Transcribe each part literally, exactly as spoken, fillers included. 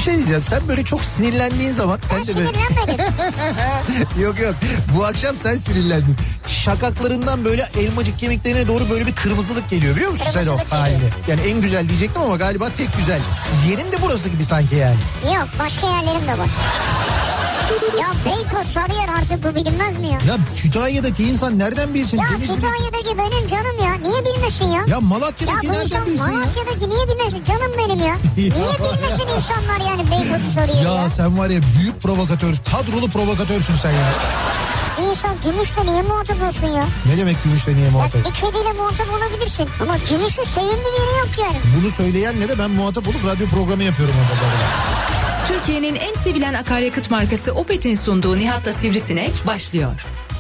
şey diyeceğim, sen böyle çok sinirlendiğin zaman sen ben de böyle... sinirlenmedim. Yok yok, bu akşam sen sinirlendin. Şakaklarından böyle elmacık kemiklerine doğru böyle bir kırmızılık geliyor, biliyor musun sen o halini? Yani en güzel diyecektim ama galiba tek güzel. Yerin de burası gibi sanki yani. Yok, başka yerlerim de var. Ya Beykoz, Sarıyer, artık bu bilinmez mi ya? Ya Kütahya'daki insan nereden bilsin? Ya Denizli... Kütahya'daki benim canım ya. Niye bilmesin ya? Ya Malatya'daki ya nereden bilsin ya? Malatya'daki niye bilmesin? Canım benim ya. Niye bilmesin insanlar yani Beykoz'u Sarıyer'i ya? Ya sen var ya büyük provokatör, kadrolu provokatörsün sen ya. İnsan Gümüş'te niye muhatap olsun ya? Ne demek Gümüş'te niye muhatap? Ya bir kediyle muhatap olabilirsin. Ama Gümüş'ün sevimli bir yeri yok yani. Bunu söyleyen ne de ben muhatap olup radyo programı yapıyorum orada. Türkiye'nin en sevilen akaryakıt markası Opet'in sunduğu Nihat'la Sivrisinek başlıyor.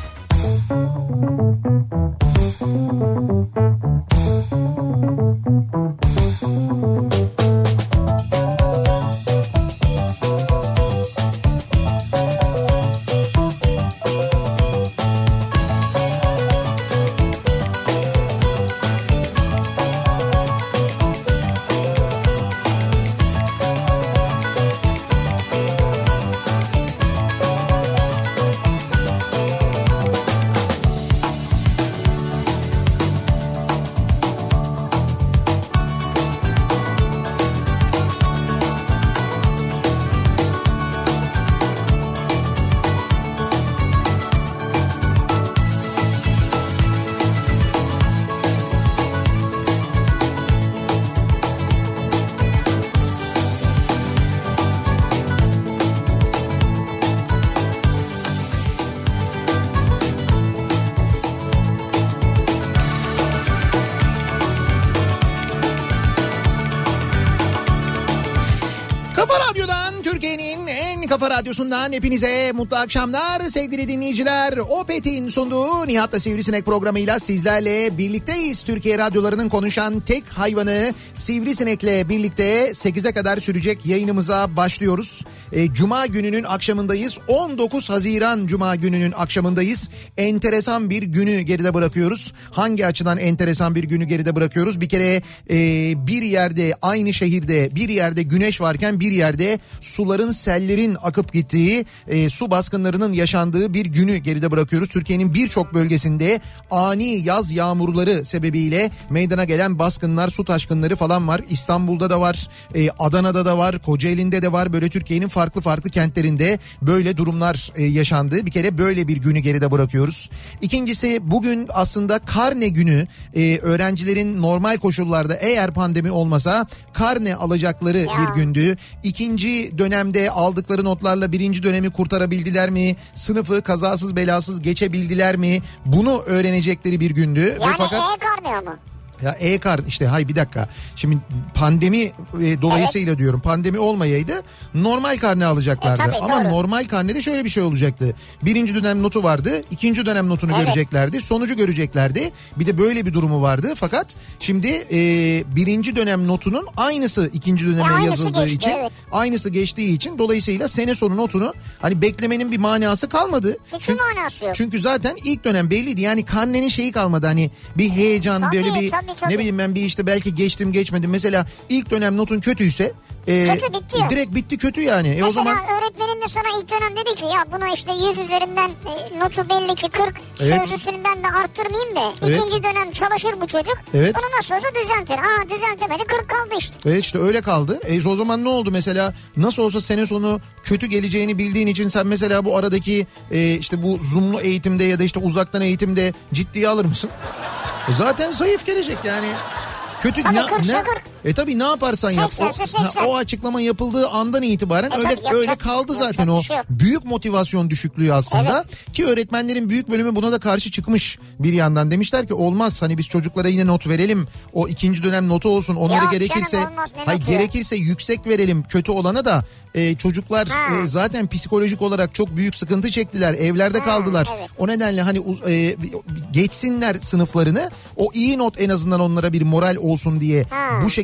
Kafa Radyosu'ndan hepinize mutlu akşamlar sevgili dinleyiciler. Opet'in sunduğu Nihat'la Sivrisinek programıyla sizlerle birlikteyiz. Türkiye radyolarının konuşan tek hayvanı Sivrisinek'le birlikte sekize kadar sürecek yayınımıza başlıyoruz. E, Cuma gününün akşamındayız. on dokuz Haziran Cuma gününün akşamındayız. Enteresan bir günü geride bırakıyoruz. Hangi açıdan enteresan bir günü geride bırakıyoruz? Bir kere e, bir yerde, aynı şehirde bir yerde güneş varken bir yerde suların, sellerin akıp gittiği, e, su baskınlarının yaşandığı bir günü geride bırakıyoruz. Türkiye'nin birçok bölgesinde ani yaz yağmurları sebebiyle meydana gelen baskınlar, su taşkınları falan var. İstanbul'da da var, e, Adana'da da var, Kocaeli'nde de var. Böyle Türkiye'nin farklı farklı kentlerinde böyle durumlar e, yaşandı. Bir kere böyle bir günü geride bırakıyoruz. İkincisi, bugün aslında karne günü. E, öğrencilerin normal koşullarda eğer pandemi olmasa karne alacakları ya. bir gündü. İkinci dönemde aldıkları notlarla birinci dönemi kurtarabildiler mi? Sınıfı kazasız belasız geçebildiler mi? Bunu öğrenecekleri bir gündü. Yani Ve fakat... e-karne ama. Ya e-kart işte, hay bir dakika. Şimdi pandemi e, dolayısıyla evet. diyorum, pandemi olmayaydı normal karne alacaklardı. E, tabii, ama doğru. Normal karnede şöyle bir şey olacaktı. Birinci dönem notu vardı, ikinci dönem notunu evet. göreceklerdi, sonucu göreceklerdi. Bir de böyle bir durumu vardı. Fakat şimdi e, birinci dönem notunun aynısı ikinci döneme e, yazıldığı geçti, için evet. aynısı geçtiği için dolayısıyla sene sonu notunu hani beklemenin bir manası kalmadı. Hiçbir çünkü, manası yok. Çünkü zaten ilk dönem belliydi. Yani karnenin şeyi kalmadı, hani bir heyecan, tabii, böyle bir tabii, tabii. ne bileyim ben bir işte belki geçtim geçmedim. Mesela ilk dönem notun kötüyse e, kötü bitti. Direkt bitti, kötü yani. E, mesela o zaman öğretmenin de sana ilk dönem dedi ki ya buna işte yüz üzerinden e, notu belli ki kırk, evet. sözlüsünden de arttırmayayım da evet. ikinci dönem çalışır bu çocuk. Evet. Bunu nasıl olsa düzeltir. Aa düzeltemedi, kırk kaldı işte. Evet işte öyle kaldı. E, o zaman ne oldu mesela? Nasıl olsa sene sonu kötü geleceğini bildiğin için sen mesela bu aradaki e, işte bu Zoom'lu eğitimde ya da işte uzaktan eğitimde ciddiye alır mısın? E, zaten zayıf gelecek yani. Kötü tabii ne, ne e tabi ne yaparsan yap o, ha, o açıklama yapıldığı andan itibaren e öyle tabii, öyle kaldı zaten o şey büyük motivasyon düşüklüğü aslında evet. ki öğretmenlerin büyük bölümü buna da karşı çıkmış bir yandan, demişler ki olmaz, hani biz çocuklara yine not verelim, o ikinci dönem notu olsun, onları yok, gerekirse canım, olmaz, hayır, gerekirse yüksek verelim kötü olana da e, çocuklar e, zaten psikolojik olarak çok büyük sıkıntı çektiler, evlerde ha, kaldılar evet. o nedenle hani e, geçsinler sınıflarını, o iyi not en azından onlara bir moral olsun diye ha. bu şekilde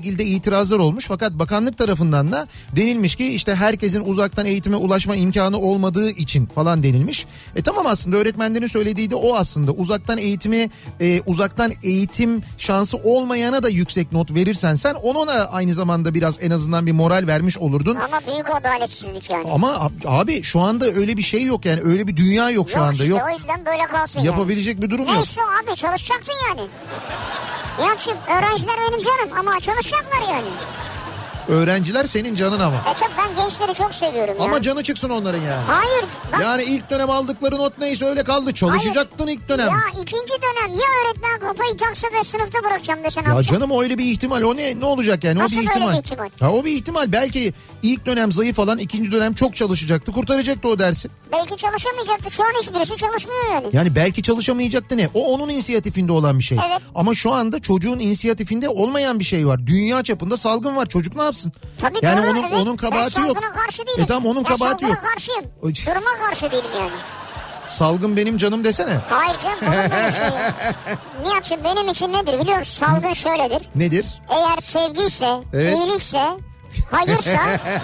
şekilde itirazlar olmuş. Fakat bakanlık tarafından da denilmiş ki işte herkesin uzaktan eğitime ulaşma imkanı olmadığı için falan denilmiş. E tamam, aslında öğretmenlerin söylediği de o aslında. Uzaktan eğitimi e, uzaktan eğitim şansı olmayana da yüksek not verirsen sen ona aynı zamanda biraz en azından bir moral vermiş olurdun. Ama büyük adaletsizlik yani. Ama abi şu anda öyle bir şey yok yani, öyle bir dünya yok şu yok anda. Işte, yok. O yüzden böyle kalsın Yapabilecek yani. bir durum Neyse yok. Neyse abi, çalışacaktın yani. Nihat'cığım, öğrenciler benim canım ama çalışacaklar yani. Öğrenciler senin canın ama. E tabii ben gençleri çok seviyorum ya. Ama canı çıksın onların yani. Hayır. Bak, yani ilk dönem aldıkları not neyse öyle kaldı. Çalışacaktın hayır. ilk dönem. Ya ikinci dönem ya öğretmen kafayı taksa ve sınıfta bırakacağım desen. Ya yapacağım. Canım öyle bir ihtimal. O ne ne olacak yani? Nasıl o bir ihtimal. bir ihtimal? Ha, o bir ihtimal. Belki ilk dönem zayıf falan, ikinci dönem çok çalışacaktı. Kurtaracaktı o dersi. Belki çalışamayacaktı. Şu an hiçbirisi çalışmıyor yani. Yani belki çalışamayacaktı ne? O onun inisiyatifinde olan bir şey. Evet. Ama şu anda çocuğun inisiyatifinde olmayan bir şey var. Dünya çapında salgın var. Çocuk ne yapsın? Tabii yani doğru, onun evet. onun kabahati ben yok. Ben salgına karşı değilim. E tamam, onun ben kabahati yok. Ben karşıyım. Duruma karşı değilim yani. Salgın benim canım desene. Hayır canım, olur böyle şey ya. Nihat'cığım, benim için nedir biliyor musun? Salgın şöyledir. Nedir? Eğer sevgiyse, evet. iyilikse, hayırsa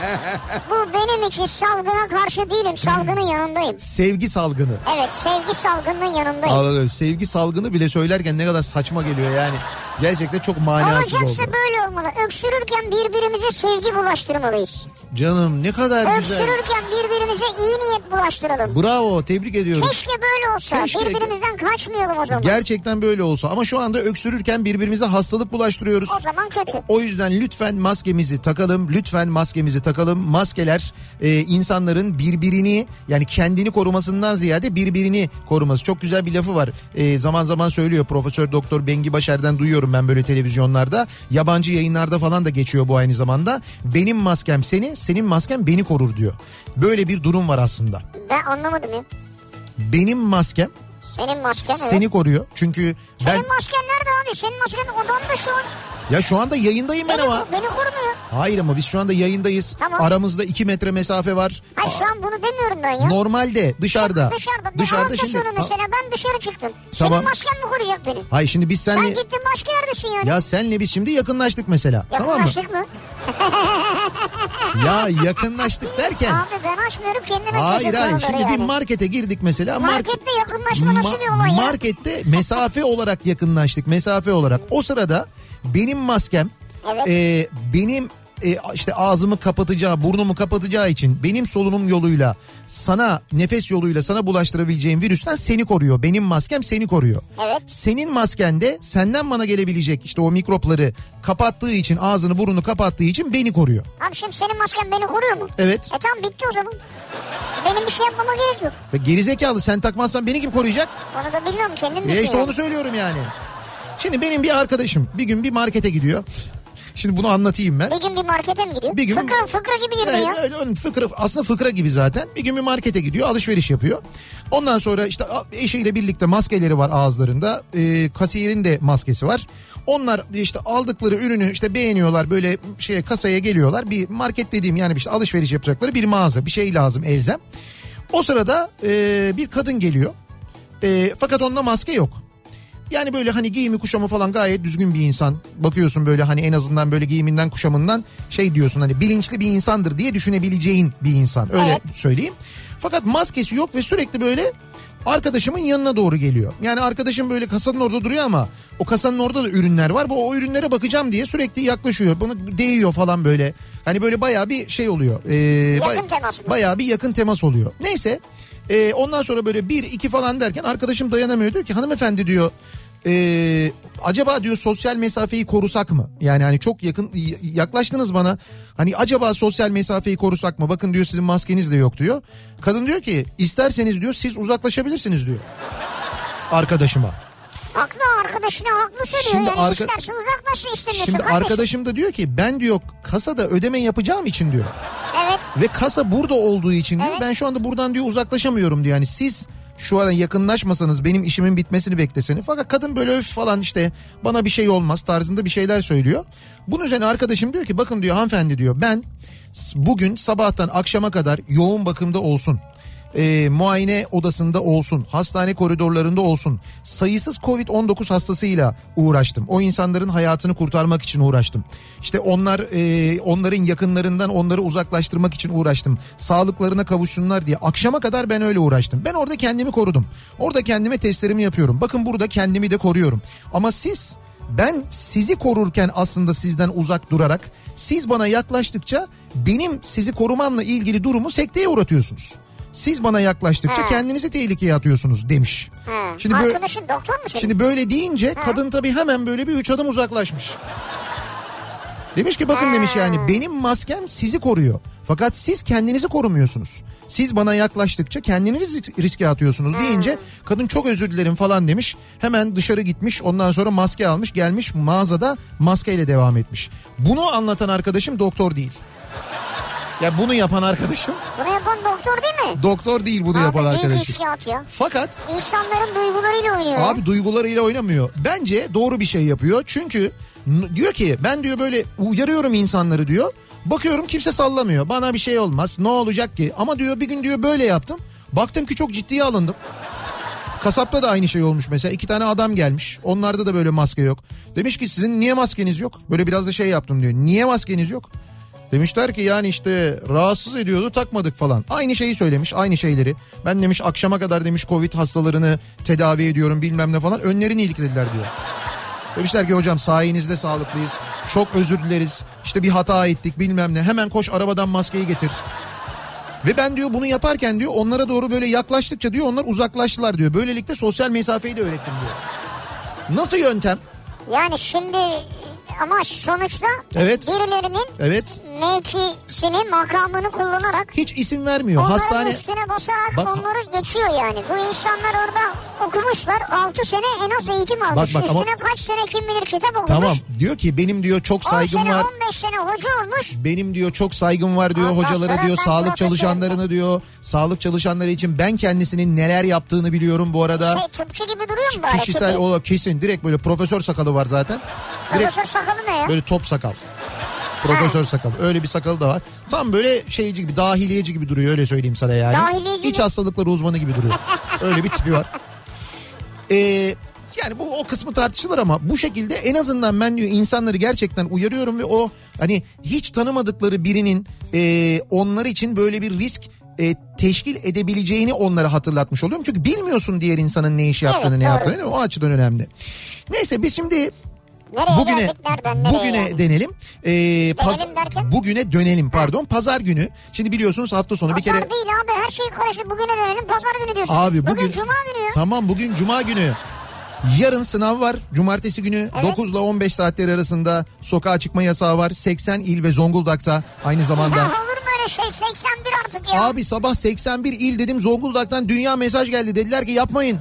bu benim için salgına karşı değilim. Salgının yanındayım. Sevgi salgını. Evet, sevgi salgının yanındayım. Anladım. Sevgi salgını bile söylerken ne kadar saçma geliyor yani. Gerçekten çok manasız oldu. Olacaksa böyle olmalı. Öksürürken birbirimize sevgi bulaştırmalıyız. Canım ne kadar güzel. Öksürürken birbirimize iyi niyet bulaştıralım. Bravo, tebrik ediyorum. Keşke böyle olsa. Keşke. Birbirimizden kaçmayalım o zaman. Gerçekten böyle olsa, ama şu anda öksürürken birbirimize hastalık bulaştırıyoruz. O zaman kötü. O yüzden lütfen maskemizi takalım. Lütfen maskemizi takalım. Maskeler e, insanların birbirini, yani kendini korumasından ziyade birbirini koruması. Çok güzel bir lafı var. E, zaman zaman söylüyor Profesör Doktor Bengi Başer'den, duyuyorum ben böyle televizyonlarda. Yabancı yayınlarda falan da geçiyor bu aynı zamanda. Benim maskem seni, senin masken beni korur diyor. Böyle bir durum var aslında. Ben anlamadım ya. Benim maskem senin masken seni evet. koruyor. Çünkü senin ben... masken nerede abi? Senin masken odamda şu an. Ya şu anda yayındayım ben beni, ama. Beni korumuyor. Hayır ama biz şu anda yayındayız. Tamam. Aramızda iki metre mesafe var. Hayır, şu an bunu demiyorum ben ya. Normalde dışarıda. Şu, dışarıda. Dışarıda şimdi. şimdi. Mesela ben dışarı çıktım. Tamam. Senin masken mi koruyacak beni? Hayır şimdi biz senle. Sen gittin başka yerdesin yani. Ya senle biz şimdi yakınlaştık mesela. Yakınlaştık tamam mı? Ya yakınlaştık derken. Abi ben açmıyorum, kendin açıyorsun. Hayır hayır şimdi yani. bir markete girdik mesela. Markette yakınlaşma nasıl bir olay ya? Markette mesafe olarak yakınlaştık. Mesafe olarak. O sırada benim maskem evet. e, benim e, işte ağzımı kapatacağı, burnumu kapatacağı için benim solunum yoluyla sana, nefes yoluyla sana bulaştırabileceğim virüsten seni koruyor. Benim maskem seni koruyor. Evet. Senin masken de senden bana gelebilecek işte o mikropları kapattığı için, ağzını burnunu kapattığı için beni koruyor. Abi şimdi senin masken beni koruyor mu? Evet. E tamam, bitti o zaman. Benim bir şey yapmama gerek yok. Ve gerizekalı, sen takmazsan beni kim koruyacak? Onu da bilmiyorum, kendin düşün. E işte onu söylüyorum yani. Şimdi benim bir arkadaşım bir gün bir markete gidiyor. Şimdi bunu anlatayım ben. Bir gün bir markete mi gidiyor? Bir gün, fıkra, fıkra gibi girdin evet, ya. Öyle, fıkra, aslında fıkra gibi zaten. Bir gün bir markete gidiyor, alışveriş yapıyor. Ondan sonra işte eşiyle birlikte maskeleri var ağızlarında. E, kasiyerin de maskesi var. Onlar işte aldıkları ürünü işte beğeniyorlar, böyle şeye, kasaya geliyorlar. Bir market dediğim yani işte alışveriş yapacakları bir mağaza, bir şey lazım, elzem. O sırada e, bir kadın geliyor. E, fakat onda maske yok. Yani böyle hani giyimi kuşamı falan gayet düzgün bir insan. Bakıyorsun böyle hani en azından böyle giyiminden kuşamından şey diyorsun, hani bilinçli bir insandır diye düşünebileceğin bir insan. Öyle evet. söyleyeyim. Fakat maskesi yok ve sürekli böyle arkadaşımın yanına doğru geliyor. Yani arkadaşım böyle kasanın orada duruyor ama o kasanın orada da ürünler var. Bu o ürünlere bakacağım diye sürekli yaklaşıyor. Bunu değiyor falan böyle. Hani böyle bayağı bir şey oluyor. Ee, yakın bay- temas mı? Bayağı bir yakın temas oluyor. Neyse. Ee, ondan sonra böyle bir iki falan derken arkadaşım dayanamıyor, diyor ki hanımefendi diyor, ee, acaba diyor sosyal mesafeyi korusak mı? Yani hani çok yakın yaklaştınız bana, hani acaba sosyal mesafeyi korusak mı? Bakın diyor sizin maskeniz de yok diyor. Kadın diyor ki isterseniz diyor siz uzaklaşabilirsiniz diyor arkadaşıma. Haklı, arkadaşına haklı söylüyor. Şimdi yani arka... isterse uzaklaşsın, istemiyorsa Şimdi kardeşim. arkadaşım da diyor ki ben diyor kasada ödeme yapacağım için diyor. Evet. Ve kasa burada olduğu için diyor evet. ben şu anda buradan diyor uzaklaşamıyorum diyor. Yani siz şu an yakınlaşmasanız benim işimin bitmesini bekleseniz. Fakat kadın böyle öf falan işte bana bir şey olmaz tarzında bir şeyler söylüyor. Bunun üzerine arkadaşım diyor ki bakın diyor hanımefendi diyor, ben bugün sabahtan akşama kadar yoğun bakımda olsun e, muayene odasında olsun, hastane koridorlarında olsun sayısız kovid on dokuz hastasıyla uğraştım. O insanların hayatını kurtarmak için uğraştım. İşte onlar e, onların yakınlarından onları uzaklaştırmak için uğraştım. Sağlıklarına kavuşsunlar diye. Akşama kadar ben öyle uğraştım. Ben orada kendimi korudum. Orada kendime testlerimi yapıyorum. Bakın burada kendimi de koruyorum. Ama siz, ben sizi korurken aslında sizden uzak durarak, siz bana yaklaştıkça benim sizi korumamla ilgili durumu sekteye uğratıyorsunuz. Siz bana yaklaştıkça ha. kendinizi tehlikeye atıyorsunuz demiş. Ha. Şimdi arkadaşın böyle, doktor mu senin? Şimdi böyle deyince ha. kadın tabii hemen böyle bir üç adım uzaklaşmış. Demiş ki bakın ha. demiş, yani benim maskem sizi koruyor. Fakat siz kendinizi korumuyorsunuz. Siz bana yaklaştıkça kendinizi riske atıyorsunuz deyince kadın çok özür dilerim falan demiş. Hemen dışarı gitmiş, ondan sonra maske almış, gelmiş mağazada maskeyle devam etmiş. Bunu anlatan arkadaşım doktor değil. Ya bunu yapan arkadaşım. Bunu yapan doktor değil mi? Doktor değil bunu abi, yapan arkadaşım. Fakat insanların duygularıyla oynuyor. Abi duygularıyla oynamıyor. Bence doğru bir şey yapıyor. Çünkü diyor ki ben diyor böyle uyarıyorum insanları diyor. Bakıyorum kimse sallamıyor. Bana bir şey olmaz. Ne olacak ki? Ama diyor bir gün diyor böyle yaptım. Baktım ki çok ciddiye alındım. Kasapta da aynı şey olmuş mesela. İki tane adam gelmiş. Onlarda da böyle maske yok. Demiş ki sizin niye maskeniz yok? Böyle biraz da şey yaptım diyor. Niye maskeniz yok? Demişler ki yani işte rahatsız ediyordu, takmadık falan. Aynı şeyi söylemiş, aynı şeyleri. Ben demiş akşama kadar demiş Covid hastalarını tedavi ediyorum bilmem ne falan. Önlerini iliklediler diyor. Demişler ki hocam sayenizde sağlıklıyız. Çok özür dileriz. İşte bir hata ettik bilmem ne. Hemen koş arabadan maskeyi getir. Ve ben diyor bunu yaparken diyor onlara doğru böyle yaklaştıkça diyor onlar uzaklaştılar diyor. Böylelikle sosyal mesafeyi de öğrettim diyor. Nasıl yöntem? Yani şimdi ama sonuçta evet. birilerinin evet. mevkisini, makamını kullanarak hiç isim vermiyor. Onların Hastane üstüne basarak bak, onları geçiyor yani. Bu insanlar orada okumuşlar. altı sene en az eğitim almış. Bak, bak, üstüne ama kaç sene kim bilir kitap okumuş. Tamam diyor ki benim diyor çok saygım on sene, var. on beş sene hoca olmuş. Benim diyor çok saygım var diyor Allah hocalara diyor, sağlık çalışanlarını diyor. Sağlık çalışanları için ben kendisinin neler yaptığını biliyorum bu arada. Şey tıpçı gibi duruyor mu bari? Kişisel olarak kesin direkt böyle profesör sakalı var zaten. Direkt, profesör sakalı ne ya? Böyle top sakal. Profesör ha. sakalı. Öyle bir sakalı da var. Tam böyle şeyci gibi, dahiliyeci gibi duruyor öyle söyleyeyim sana yani. Dahiliyeci İç mi? hastalıkları uzmanı gibi duruyor. Öyle bir tipi var. Ee, yani bu o kısmı tartışılır ama bu şekilde en azından ben diyor insanları gerçekten uyarıyorum ve o hani hiç tanımadıkları birinin e, onlar için böyle bir risk e, teşkil edebileceğini onlara hatırlatmış oluyorum. Çünkü bilmiyorsun diğer insanın ne iş yaptığını, evet, ne doğru. yaptığını, değil mi? O açıdan önemli. Neyse biz şimdi nereye bugüne geldik, nereden, nereye bugüne yani? denelim. Ee, Denelim derken? Bugüne dönelim pardon. Ha. Pazar günü. Şimdi biliyorsunuz hafta sonu pazar bir kere. Pazar değil abi, her şeyi karıştı. Bugüne dönelim, pazar günü diyorsun. Abi bugün, bugün cuma günü ya. Tamam bugün cuma günü. Yarın sınav var. Cumartesi günü evet. dokuz ile on beş saatleri arasında sokağa çıkma yasağı var. seksen il ve Zonguldak'ta aynı zamanda. Ya olur mu öyle şey, seksen bir artık ya. Abi sabah seksen bir il dedim, Zonguldak'tan dünya mesaj geldi. Dediler ki yapmayın.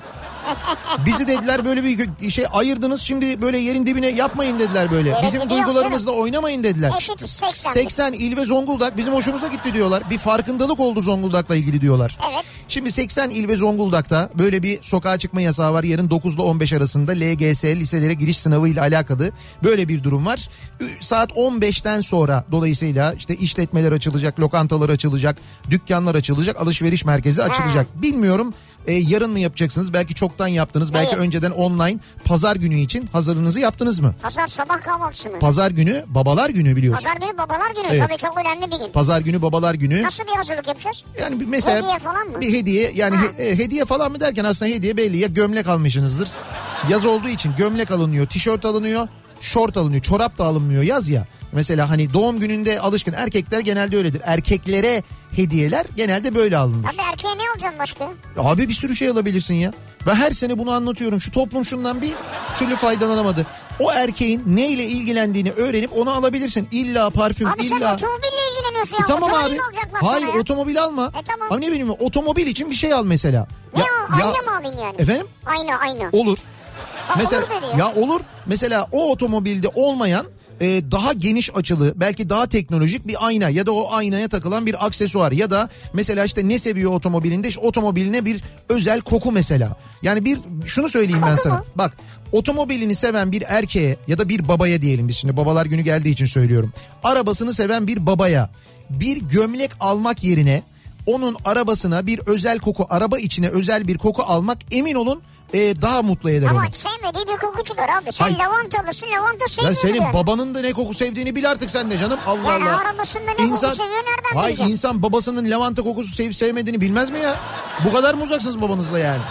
Bizi dediler böyle bir şey ayırdınız, şimdi böyle yerin dibine yapmayın dediler böyle. Yerin bizim duygularımızla oynamayın dediler. Eşit seksen. seksen il ve Zonguldak bizim hoşumuza gitti diyorlar. Bir farkındalık oldu Zonguldak'la ilgili diyorlar. Evet. Şimdi seksen il ve Zonguldak'ta böyle bir sokağa çıkma yasağı var. Yarın dokuz ile on beş arasında L G S liselere giriş sınavı ile alakalı böyle bir durum var. Saat on beşten sonra dolayısıyla işte işletmeler açılacak, lokantalar açılacak, dükkanlar açılacak, alışveriş merkezi açılacak. Ha. Bilmiyorum. Ee, yarın mı yapacaksınız? Belki çoktan yaptınız. Belki evet. önceden online. Pazar günü için hazırlığınızı yaptınız mı? Pazar sabah kahvaltısı mı? Pazar günü babalar günü biliyorsun. Pazar günü babalar günü. Evet. Tabii çok önemli bir gün. Pazar günü babalar günü. Nasıl bir hazırlık yapacağız? Yani bir mesela hediye falan mı? Bir hediye yani he, hediye falan mı derken aslında hediye belli. Ya gömlek almışsınızdır. Yaz olduğu için gömlek alınıyor, tişört alınıyor, şort alınıyor, çorap da alınmıyor yaz ya. Mesela hani doğum gününde alışkın erkekler genelde öyledir. Erkeklere hediyeler genelde böyle alınır. Abi erkeğe ne alacaksın başka? Abi bir sürü şey alabilirsin ya. Ben her sene bunu anlatıyorum. Şu toplum şundan bir türlü faydalanamadı. O erkeğin neyle ilgilendiğini öğrenip onu alabilirsin. İlla parfüm, abi illa... Abi sen otomobille ilgileniyorsun ya. E tamam otomobil abi. Hayır ya. Otomobil alma. E tamam. Ama ne bileyim otomobil için bir şey al mesela. Ne ya, o? Ayna ya... mı alayım yani? Efendim? Ayna ayna. Olur. Ha, mesela, olur dedi ya. Ya olur. Mesela o otomobilde olmayan e, daha geniş açılı, belki daha teknolojik bir ayna ya da o aynaya takılan bir aksesuar ya da mesela işte ne seviyor otomobilinde, işte otomobiline bir özel koku mesela. Yani bir şunu söyleyeyim koku ben sana. Mu? Bak, otomobilini seven bir erkeğe ya da bir babaya diyelim, biz şimdi babalar günü geldiği için söylüyorum. Arabasını seven bir babaya bir gömlek almak yerine onun arabasına bir özel koku, araba içine özel bir koku almak emin olun e, daha mutlu eder Ama onu. Ama sevmediği bir koku çıkar abi. Sen Hayır. lavanta alırsın, lavanta sevmiyor. Ya senin yani. babanın da ne koku sevdiğini bil artık sen de canım. Allah yani Allah. Yani arabasında ne İnsan, koku seviyor nereden hayır, bileceksin? insan babasının lavanta kokusu sevip sevmediğini bilmez mi ya? Bu kadar mı uzaksınız babanızla yani?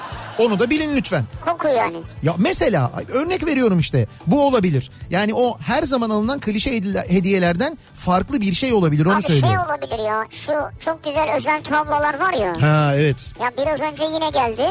Onu da bilin lütfen. Koku yani. Ya mesela örnek veriyorum işte, bu olabilir. Yani o her zaman alınan klişe hediyelerden farklı bir şey olabilir, onu abi söylüyorum. Şey olabilir ya, şu çok güzel özel tablolar var ya. Ha evet. Ya biraz önce yine geldi.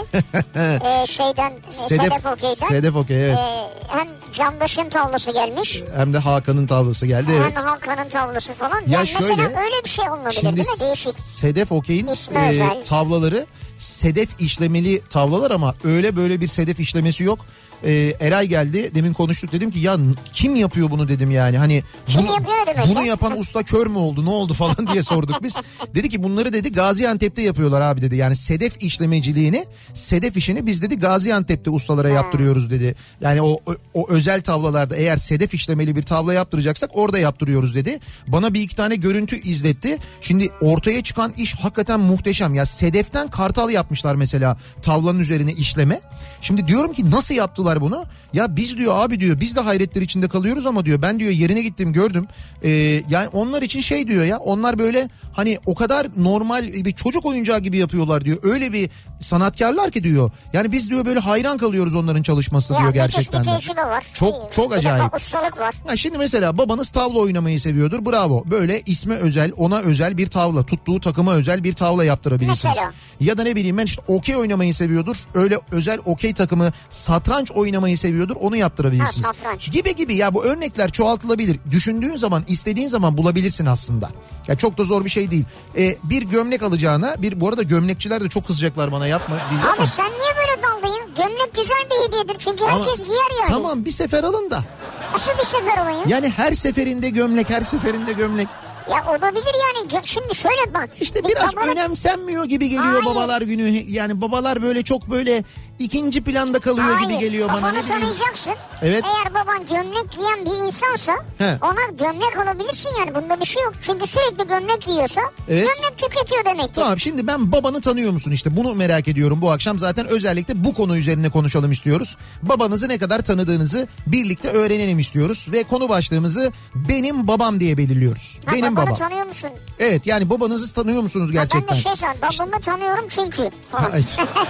ee, şeyden Sedef, Sedef Okey'den. Sedef Okey evet. Ee, hem Candaş'ın tavlası gelmiş. Hem de Hakan'ın tavlası geldi evet. Hem Hakan'ın tavlası falan. Ya yani şöyle, mesela öyle bir şey olabilir şimdi değil mi? Değişik. Sedef Okey'in e, tavlaları sedef işlemeli tavlalar ama öyle böyle bir sedef işlemesi yok. Ee, Eray geldi, demin konuştuk, dedim ki ya kim yapıyor bunu dedim yani, hani kim bunu, yapıyor demek bunu ya? yapan usta kör mü oldu, ne oldu falan diye sorduk biz. Dedi ki bunları dedi Gaziantep'te yapıyorlar abi dedi, yani sedef işlemeciliğini, sedef işini biz dedi Gaziantep'te ustalara yaptırıyoruz dedi. Yani o, o, o özel tavlalarda eğer sedef işlemeli bir tavla yaptıracaksak orada yaptırıyoruz dedi. Bana bir iki tane görüntü izletti. Şimdi ortaya çıkan iş hakikaten muhteşem ya, sedeften kartal yapmışlar mesela tavlanın üzerine işleme. Şimdi diyorum ki nasıl yaptılar bunu? Ya biz diyor abi diyor, biz de hayretler içinde kalıyoruz ama diyor ben diyor yerine gittim gördüm. Ee, yani onlar için şey diyor ya, onlar böyle hani o kadar normal bir çocuk oyuncağı gibi yapıyorlar diyor. Öyle bir sanatkarlar ki diyor. Yani biz diyor böyle hayran kalıyoruz onların çalışmasına ya, diyor gerçekten. Ya bir tecrübe var. Çok çok bir acayip. ustalık var. Ya şimdi mesela babanız tavla oynamayı seviyordur, bravo. Böyle isme özel, ona özel bir tavla, tuttuğu takıma özel bir tavla yaptırabilirsiniz. Mesela. Ya da ne bileyim ben işte okey oynamayı seviyordur. Öyle özel okey takımı, satranç oynamayı seviyordur, onu yaptırabilirsiniz. Ha, satranç. Gibi gibi ya, bu örnekler çoğaltılabilir. Düşündüğün zaman, istediğin zaman bulabilirsin aslında. Ya çok da zor bir şey değil. Ee, bir gömlek alacağına, bir bu arada gömlekçiler de çok kızacaklar bana, yapma diye. Abi ama sen niye böyle daldın? Gömlek güzel bir hediyedir çünkü ama herkes giyer yani. Tamam, bir sefer alın da. Nasıl bir sefer alayım? Yani her seferinde gömlek, her seferinde gömlek. Ya olabilir yani, şimdi şöyle bak. İşte biraz babanın... önemsenmiyor gibi geliyor. Hayır. Babalar günü, yani babalar böyle çok böyle ikinci planda kalıyor. Hayır. Gibi geliyor bana. Babanı tanıyacaksın. Evet. Eğer baban gömlek giyen bir insansa He. ona gömlek alabilirsin yani, bunda bir şey yok. Çünkü sürekli gömlek giyiyorsa evet. gömlek tüketiyor demektir. Tamam, şimdi ben babanı tanıyor musun, işte bunu merak ediyorum bu akşam. Zaten özellikle bu konu üzerine konuşalım istiyoruz. Babanızı ne kadar tanıdığınızı birlikte öğrenelim istiyoruz. Ve konu başlığımızı benim babam diye belirliyoruz. Ha, benim babanı babam. tanıyor musun? Evet, yani babanızı tanıyor musunuz gerçekten? Ha, ben de şey sanırım, babamı işte... tanıyorum çünkü. Hayır.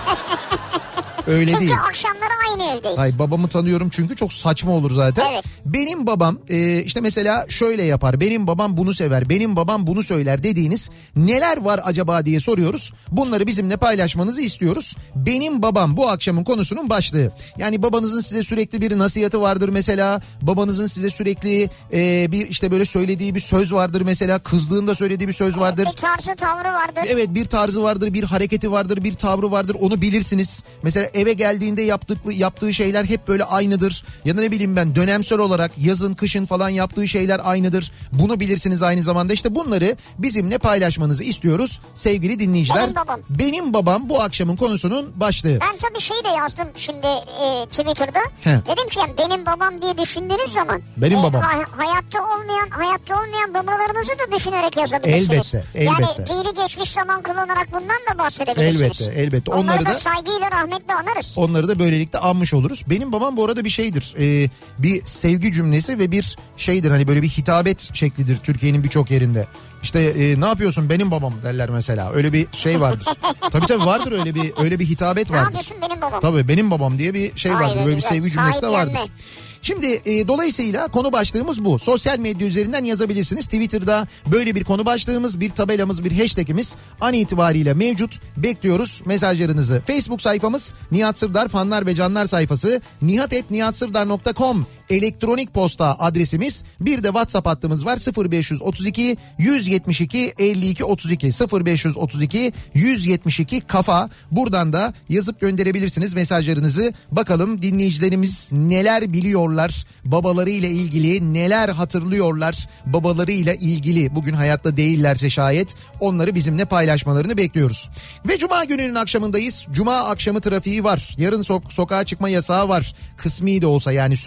Öyle çünkü değil. Çünkü akşamları aynı evdeyiz. Hayır, babamı tanıyorum çünkü çok saçma olur zaten. Evet. Benim babam e, işte mesela şöyle yapar. Benim babam bunu sever. Benim babam bunu söyler dediğiniz neler var acaba diye soruyoruz. Bunları bizimle paylaşmanızı istiyoruz. Benim babam bu akşamın konusunun başlığı. Yani babanızın size sürekli bir nasihatı vardır mesela. Babanızın size sürekli e, bir işte böyle söylediği bir söz vardır mesela. Kızdığında söylediği bir söz vardır. Bir tarzı, tavrı vardır. Evet, bir tarzı vardır, bir hareketi vardır, bir tavrı vardır. Onu bilirsiniz. Mesela eve geldiğinde yaptığı, yaptığı şeyler hep böyle aynıdır. Ya da ne bileyim ben, dönemsel olarak yazın kışın falan yaptığı şeyler aynıdır. Bunu bilirsiniz aynı zamanda. İşte bunları bizimle paylaşmanızı istiyoruz sevgili dinleyiciler. Benim babam. Benim babam bu akşamın konusunun başlığı. Ben tabii şeyi de yazdım şimdi e, Twitter'da. He. Dedim ki yani benim babam diye düşündüğünüz zaman. Benim e, babam. Ha, hayatta olmayan hayatta olmayan babalarınızı da düşünerek yazabilirsiniz. Elbette, elbette. Yani dili geçmiş zaman kullanarak bundan da bahsedebilirsiniz. Elbette, elbette. Onları, Onları da, da saygıyla, rahmetle anarız. Onları da böylelikle anmış oluruz. Benim babam bu arada bir şeydir. E, bir sevgi cümlesi ve bir şeydir, hani böyle bir hitabet şeklidir Türkiye'nin birçok yerinde. İşte e, ne yapıyorsun benim babam derler mesela. Öyle bir şey vardır. tabii tabii vardır öyle bir öyle bir hitabet vardır. Ne yapıyorsun benim babam? Tabii benim babam diye bir şey vardır. Aynen, böyle bir sevgi cümlesi de vardır. Sahiplenme. Şimdi e, dolayısıyla konu başlığımız bu. Sosyal medya üzerinden yazabilirsiniz. Twitter'da böyle bir konu başlığımız, bir tabelamız, bir hashtagimiz an itibariyle mevcut. Bekliyoruz mesajlarınızı. Facebook sayfamız Nihat Sırdar fanlar ve canlar sayfası, nihat et nihat sırdar nokta com elektronik posta adresimiz. Bir de WhatsApp hattımız var, sıfır beş otuz iki yüz yetmiş iki elli iki otuz iki sıfır beş otuz iki yüz yetmiş iki kafa. Buradan da yazıp gönderebilirsiniz mesajlarınızı. Bakalım dinleyicilerimiz neler biliyorlar, babalarıyla ilgili neler hatırlıyorlar, babalarıyla ilgili bugün hayatta değillerse şayet onları bizimle paylaşmalarını bekliyoruz. Ve Cuma gününün akşamındayız. Cuma akşamı trafiği var. Yarın so- sokağa çıkma yasağı var. Kısmi de olsa, yani süre olarak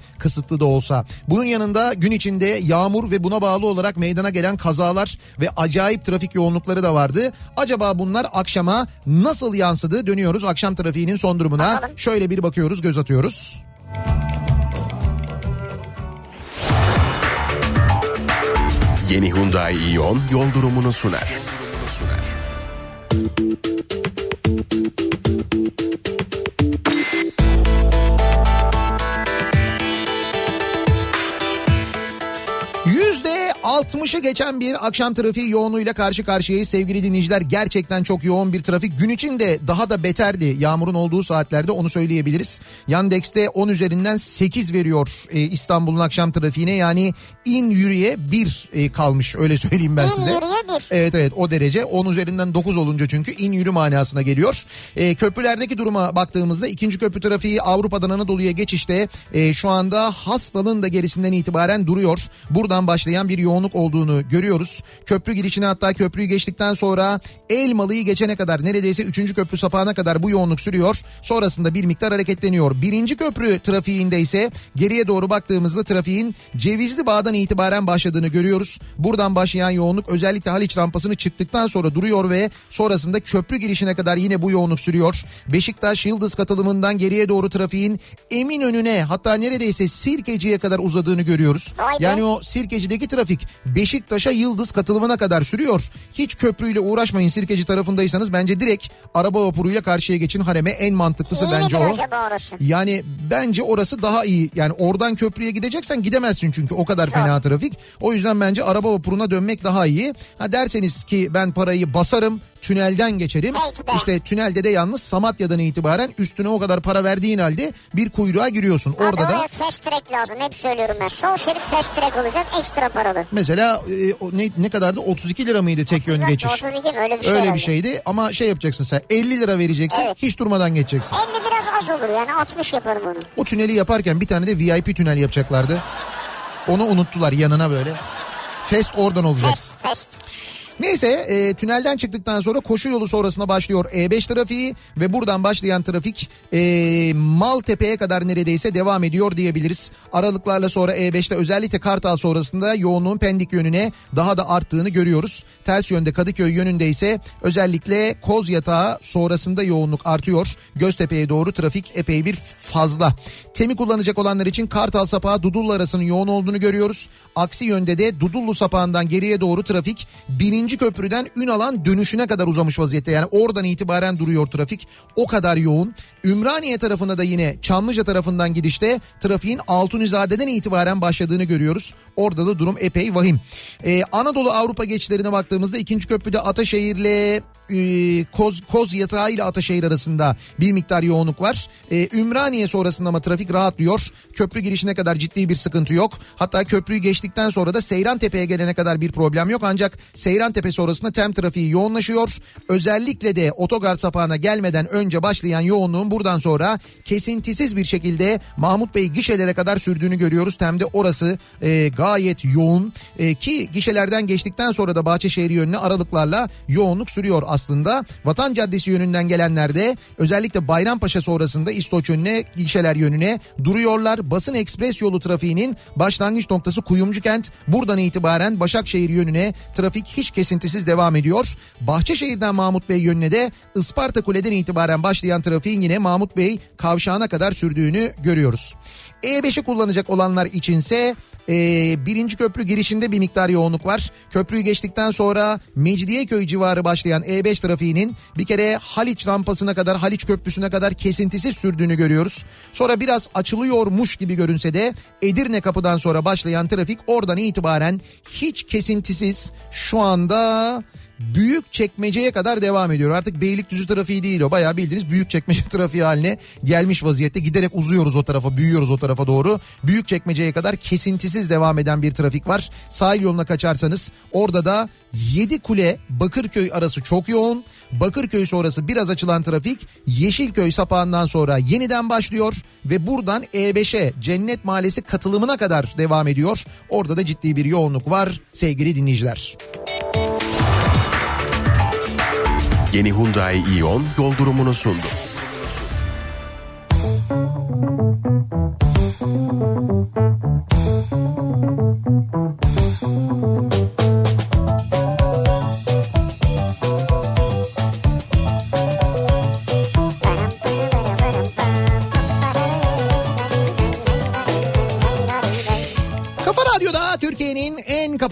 kısıtlı da olsa. Bunun yanında gün içinde yağmur ve buna bağlı olarak meydana gelen kazalar ve acayip trafik yoğunlukları da vardı. Acaba bunlar akşama nasıl yansıdı? Dönüyoruz akşam trafiğinin son durumuna. Bakalım. Şöyle bir bakıyoruz, göz atıyoruz. Yeni Hyundai Ion yol durumunu sunar. sunar. yüzde altmışı geçen bir akşam trafiği yoğunluğuyla karşı karşıyayız sevgili dinleyiciler. Gerçekten çok yoğun bir trafik. Gün içinde daha da beterdi yağmurun olduğu saatlerde, onu söyleyebiliriz. Yandex'te on üzerinden sekiz veriyor e, İstanbul'un akşam trafiğine. Yani in yürüye bir e, kalmış, öyle söyleyeyim ben in size. İn yürüye bir. Evet evet, o derece. on üzerinden dokuz olunca çünkü in yürü manasına geliyor. E, köprülerdeki duruma baktığımızda ikinci köprü trafiği Avrupa'dan Anadolu'ya geçişte e, şu anda Hastal'ın da gerisinden itibaren duruyor. Buradan başlayan bir yoğunluk olduğunu görüyoruz. Köprü girişine, hatta köprüyü geçtikten sonra Elmalı'yı geçene kadar, neredeyse üçüncü köprü sapağına kadar bu yoğunluk sürüyor. Sonrasında bir miktar hareketleniyor. birinci köprü trafiğinde ise geriye doğru baktığımızda trafiğin Cevizli Bağ'dan itibaren başladığını görüyoruz. Buradan başlayan yoğunluk özellikle Haliç rampasını çıktıktan sonra duruyor ve sonrasında köprü girişine kadar yine bu yoğunluk sürüyor. Beşiktaş Yıldız katılımından geriye doğru trafiğin Eminönü'ne, hatta neredeyse Sirkeci'ye kadar uzadığını görüyoruz. Yani o Sirkeci'deki trafik Beşiktaş'a Yıldız katılımına kadar sürüyor. Hiç köprüyle uğraşmayın Sirkeci tarafındaysanız, bence direkt araba vapuruyla karşıya geçin hareme, en mantıklısı İyi bence o. Orası? Yani bence orası daha iyi. Yani oradan köprüye gideceksen gidemezsin çünkü o kadar fena trafik. O yüzden bence araba vapuruna dönmek daha iyi. Ha derseniz ki ben parayı basarım, tünelden geçerim. İşte tünelde de yalnız Samatya'dan itibaren üstüne o kadar para verdiğin halde bir kuyruğa giriyorsun. Abi orada da fast track lazım, hep söylüyorum ben. Sol şerit fast track olacak, ekstra paralı. Mesela e, o ne, ne kadardı? otuz iki lira mıydı tek yön geçiş? otuz iki mi? Öyle bir şey Öyle herhalde. bir şeydi ama şey yapacaksın sen, elli lira vereceksin, evet. Hiç durmadan geçeceksin. elli biraz az olur yani, altmış yaparım onu. O tüneli yaparken bir tane de V I P tünel yapacaklardı. Onu unuttular, yanına böyle. Fest oradan olacak. Fast fast. Neyse e, tünelden çıktıktan sonra koşu yolu sonrasına başlıyor E beş trafiği ve buradan başlayan trafik e, Maltepe'ye kadar neredeyse devam ediyor diyebiliriz. Aralıklarla sonra E beşte özellikle Kartal sonrasında yoğunluğun Pendik yönüne daha da arttığını görüyoruz. Ters yönde Kadıköy yönünde ise özellikle Kozyatağı sonrasında yoğunluk artıyor. Göztepe'ye doğru trafik epey bir fazla. Temi kullanacak olanlar için Kartal sapağı Dudullu arasının yoğun olduğunu görüyoruz. Aksi yönde de Dudullu sapağından geriye doğru trafik birinci köprüden Ünalan dönüşüne kadar uzamış vaziyette. Yani oradan itibaren duruyor trafik. O kadar yoğun. Ümraniye tarafında da yine Çamlıca tarafından gidişte trafiğin Altunizade'den itibaren başladığını görüyoruz. Orada da durum epey vahim. Ee, Anadolu Avrupa geçişlerine baktığımızda ikinci köprüde Ataşehir'le e, Koz, Kozyatağı ile Ataşehir arasında bir miktar yoğunluk var. Ee, Ümraniye sonrasında ama trafik rahatlıyor. Köprü girişine kadar ciddi bir sıkıntı yok. Hatta köprüyü geçtikten sonra da Seyrantepe'ye gelene kadar bir problem yok. Ancak Seyrantepe sonrasında tem trafiği yoğunlaşıyor. Özellikle de otogar sapağına gelmeden önce başlayan yoğunluğun buradan sonra kesintisiz bir şekilde Mahmut Bey gişelere kadar sürdüğünü görüyoruz. Temde orası e, gayet yoğun e, ki gişelerden geçtikten sonra da Bahçeşehir yönüne aralıklarla yoğunluk sürüyor aslında. Vatan Caddesi yönünden gelenler de özellikle Bayrampaşa sonrasında İstoç yönüne, gişeler yönüne duruyorlar. Basın ekspres yolu trafiğinin başlangıç noktası Kuyumcukent. Buradan itibaren Başakşehir yönüne trafik hiç kesintisiz devam ediyor. Bahçeşehir'den Mahmut Bey yönüne de Isparta Kule'den itibaren başlayan trafiğin yine Mahmut Bey kavşağına kadar sürdüğünü görüyoruz. E beşi kullanacak olanlar içinse e, birinci köprü girişinde bir miktar yoğunluk var. Köprüyü geçtikten sonra Mecidiyeköy civarı başlayan E beş trafiğinin bir kere Haliç rampasına kadar, Haliç Köprüsü'ne kadar kesintisiz sürdüğünü görüyoruz. Sonra biraz açılıyormuş gibi görünse de Edirne kapıdan sonra başlayan trafik oradan itibaren hiç kesintisiz şu anda Büyükçekmece'ye kadar devam ediyor. Artık Beylikdüzü trafiği değil o. Bayağı bildiğiniz Büyükçekmece trafiği haline gelmiş vaziyette. Giderek uzuyoruz o tarafa, büyüyoruz o tarafa doğru. Büyükçekmece'ye kadar kesintisiz devam eden bir trafik var. Sahil yoluna kaçarsanız orada da Yedikule Bakırköy arası çok yoğun. Bakırköy sonrası biraz açılan trafik Yeşilköy sapağından sonra yeniden başlıyor ve buradan E beşe Cennet Mahallesi katılımına kadar devam ediyor. Orada da ciddi bir yoğunluk var sevgili dinleyiciler. Yeni Hyundai Ion yol durumunu sundu.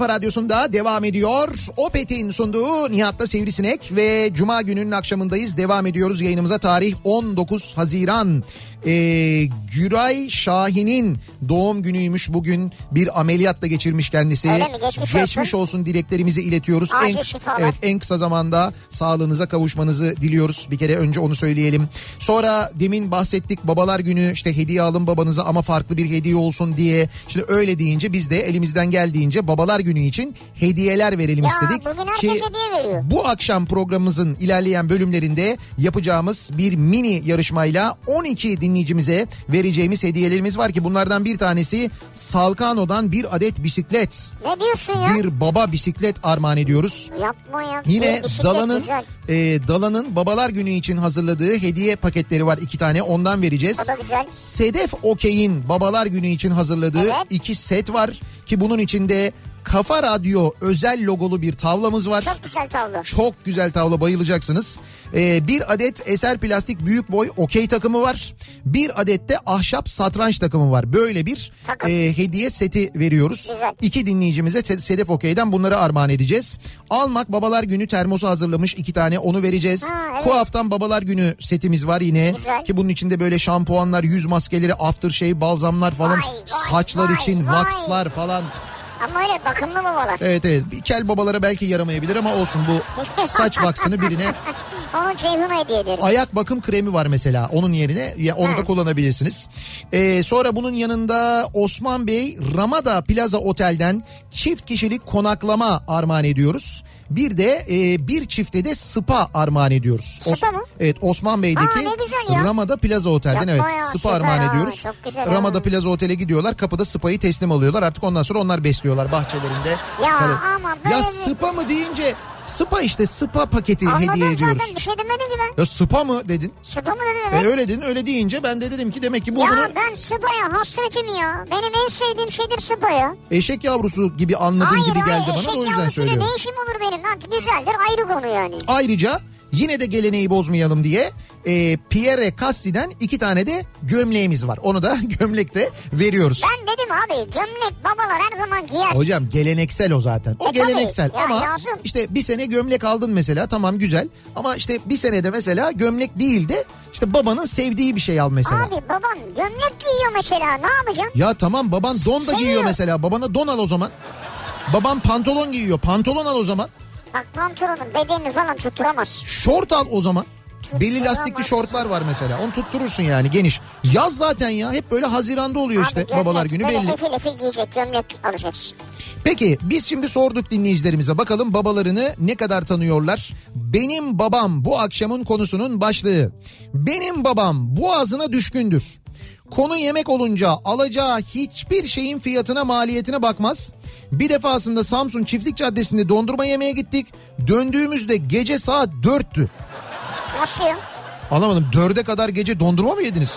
Kafa Radyosu'nda devam ediyor. Opet'in sunduğu Nihat'la Sivrisinek ve Cuma gününün akşamındayız. Devam ediyoruz yayınımıza. Tarih on dokuz Haziran. Ee, Güray Şahin'in doğum günüymüş bugün. Bir ameliyatla geçirmiş kendisi. Öyle mi? Geçmiş, Geçmiş olsun. olsun dileklerimizi iletiyoruz. Acil En, şifalar. evet, en kısa zamanda sağlığınıza kavuşmanızı diliyoruz. Bir kere önce onu söyleyelim. Sonra demin bahsettik, babalar günü, işte hediye alın babanıza ama farklı bir hediye olsun diye. Şimdi öyle deyince biz de elimizden geldiğince babalar günü için hediyeler verelim ya, istedik. Bugün herkes Ki hediye veriyor. bu akşam programımızın ilerleyen bölümlerinde yapacağımız bir mini yarışmayla on iki dinleyicimize vereceğimiz hediyelerimiz var ki bunlardan bir tanesi Salkano'dan bir adet bisiklet. Ne diyorsun ya? Bir baba bisiklet armağan ediyoruz. Yapma ya. Yine Dalan'ın e, Dalan'ın babalar günü için hazırladığı hediye paketleri var, iki tane, ondan vereceğiz. O da güzel. Sedef Okey'in babalar günü için hazırladığı evet. iki set var ki bunun içinde Kafa Radyo özel logolu bir tavlamız var. Çok güzel tavla. Çok güzel tavla, bayılacaksınız. Ee, bir adet Eser Plastik büyük boy okey takımı var. Bir adet de ahşap satranç takımı var. Böyle bir e, hediye seti veriyoruz. Güzel. İki dinleyicimize Sedef Okey'den bunları armağan edeceğiz. Almak Babalar Günü termosu hazırlamış iki tane, onu vereceğiz. Ha, evet. Kuaf'tan Babalar Günü setimiz var yine. Güzel. Ki bunun içinde böyle şampuanlar, yüz maskeleri, aftershave, balzamlar falan. Vay, vay, saçlar vay, için vay. waxlar falan. Ama öyle bakımlı babalar. Evet evet, kel babalara belki yaramayabilir ama olsun, bu saç vaksını birine. Onu Ceyhun'a hediye ederiz. Ayak bakım kremi var mesela, onun yerine ya onu ha. da kullanabilirsiniz. Ee, sonra bunun yanında Osman Bey Ramada Plaza Otel'den çift kişilik konaklama armağan ediyoruz. Bir de e, bir çifte de spa armağan ediyoruz. Spa Os- mı? Evet, Osman Bey'deki Aa, Ramada Plaza Otel'den Yapma evet ya, spa süper armağan ha, ediyoruz. Ramada ha. Plaza Otel'e gidiyorlar, kapıda spayı teslim alıyorlar. Artık ondan sonra onlar besliyorlar bahçelerinde. Ya Kalır. ama böyle Ya bir... spa mı deyince spa, işte spa paketi Anladım, hediye ediyoruz. zaten bir şey demedim ki ben. Ya spa mı dedin? Spa mı dedin evet. E öyle dedin, öyle deyince ben de dedim ki demek ki bu ya bunu... ben spa'ya hasretim ya. Benim en sevdiğim şeydir spa ya. Eşek yavrusu gibi anladığın hayır, gibi hayır, geldi bana da o yüzden söylüyorum. Ne işim olur benim? Lan, güzeldir, ayrı konu yani. Ayrıca yine de geleneği bozmayalım diye e, Pierre Cassi'den iki tane de gömleğimiz var. Onu da gömlekte veriyoruz. Ben dedim abi, gömlek babalar her zaman giyer. Hocam geleneksel o zaten. O e, geleneksel tabii. ama ya, işte bir sene gömlek aldın mesela, tamam güzel. Ama işte bir senede mesela gömlek değil de işte babanın sevdiği bir şey al mesela. Abi baban gömlek giyiyor mesela, ne yapacaksın? Ya tamam, baban don da Seviyor. giyiyor mesela. Babana don al o zaman. Baban pantolon giyiyor. Pantolon al o zaman. Bak pantolonun bedenini falan tutturamaz. Şort al o zaman. Belli lastikli şortlar var mesela. Onu tutturursun yani, geniş. Yaz zaten ya. Hep böyle Haziranda oluyor abi, işte gömlek, babalar günü belli. Böyle efil efil giyecek gömlek alacaksın. Peki biz şimdi sorduk dinleyicilerimize, bakalım babalarını ne kadar tanıyorlar? Benim babam bu akşamın konusunun başlığı. Benim babam boğazına düşkündür. Konu yemek olunca alacağı hiçbir şeyin fiyatına, maliyetine bakmaz. Bir defasında Samsun Çiftlik Caddesi'nde dondurma yemeye gittik. Döndüğümüzde gece saat dörttü. Nasıl ya? Anlamadım, dörde kadar gece dondurma mı yediniz?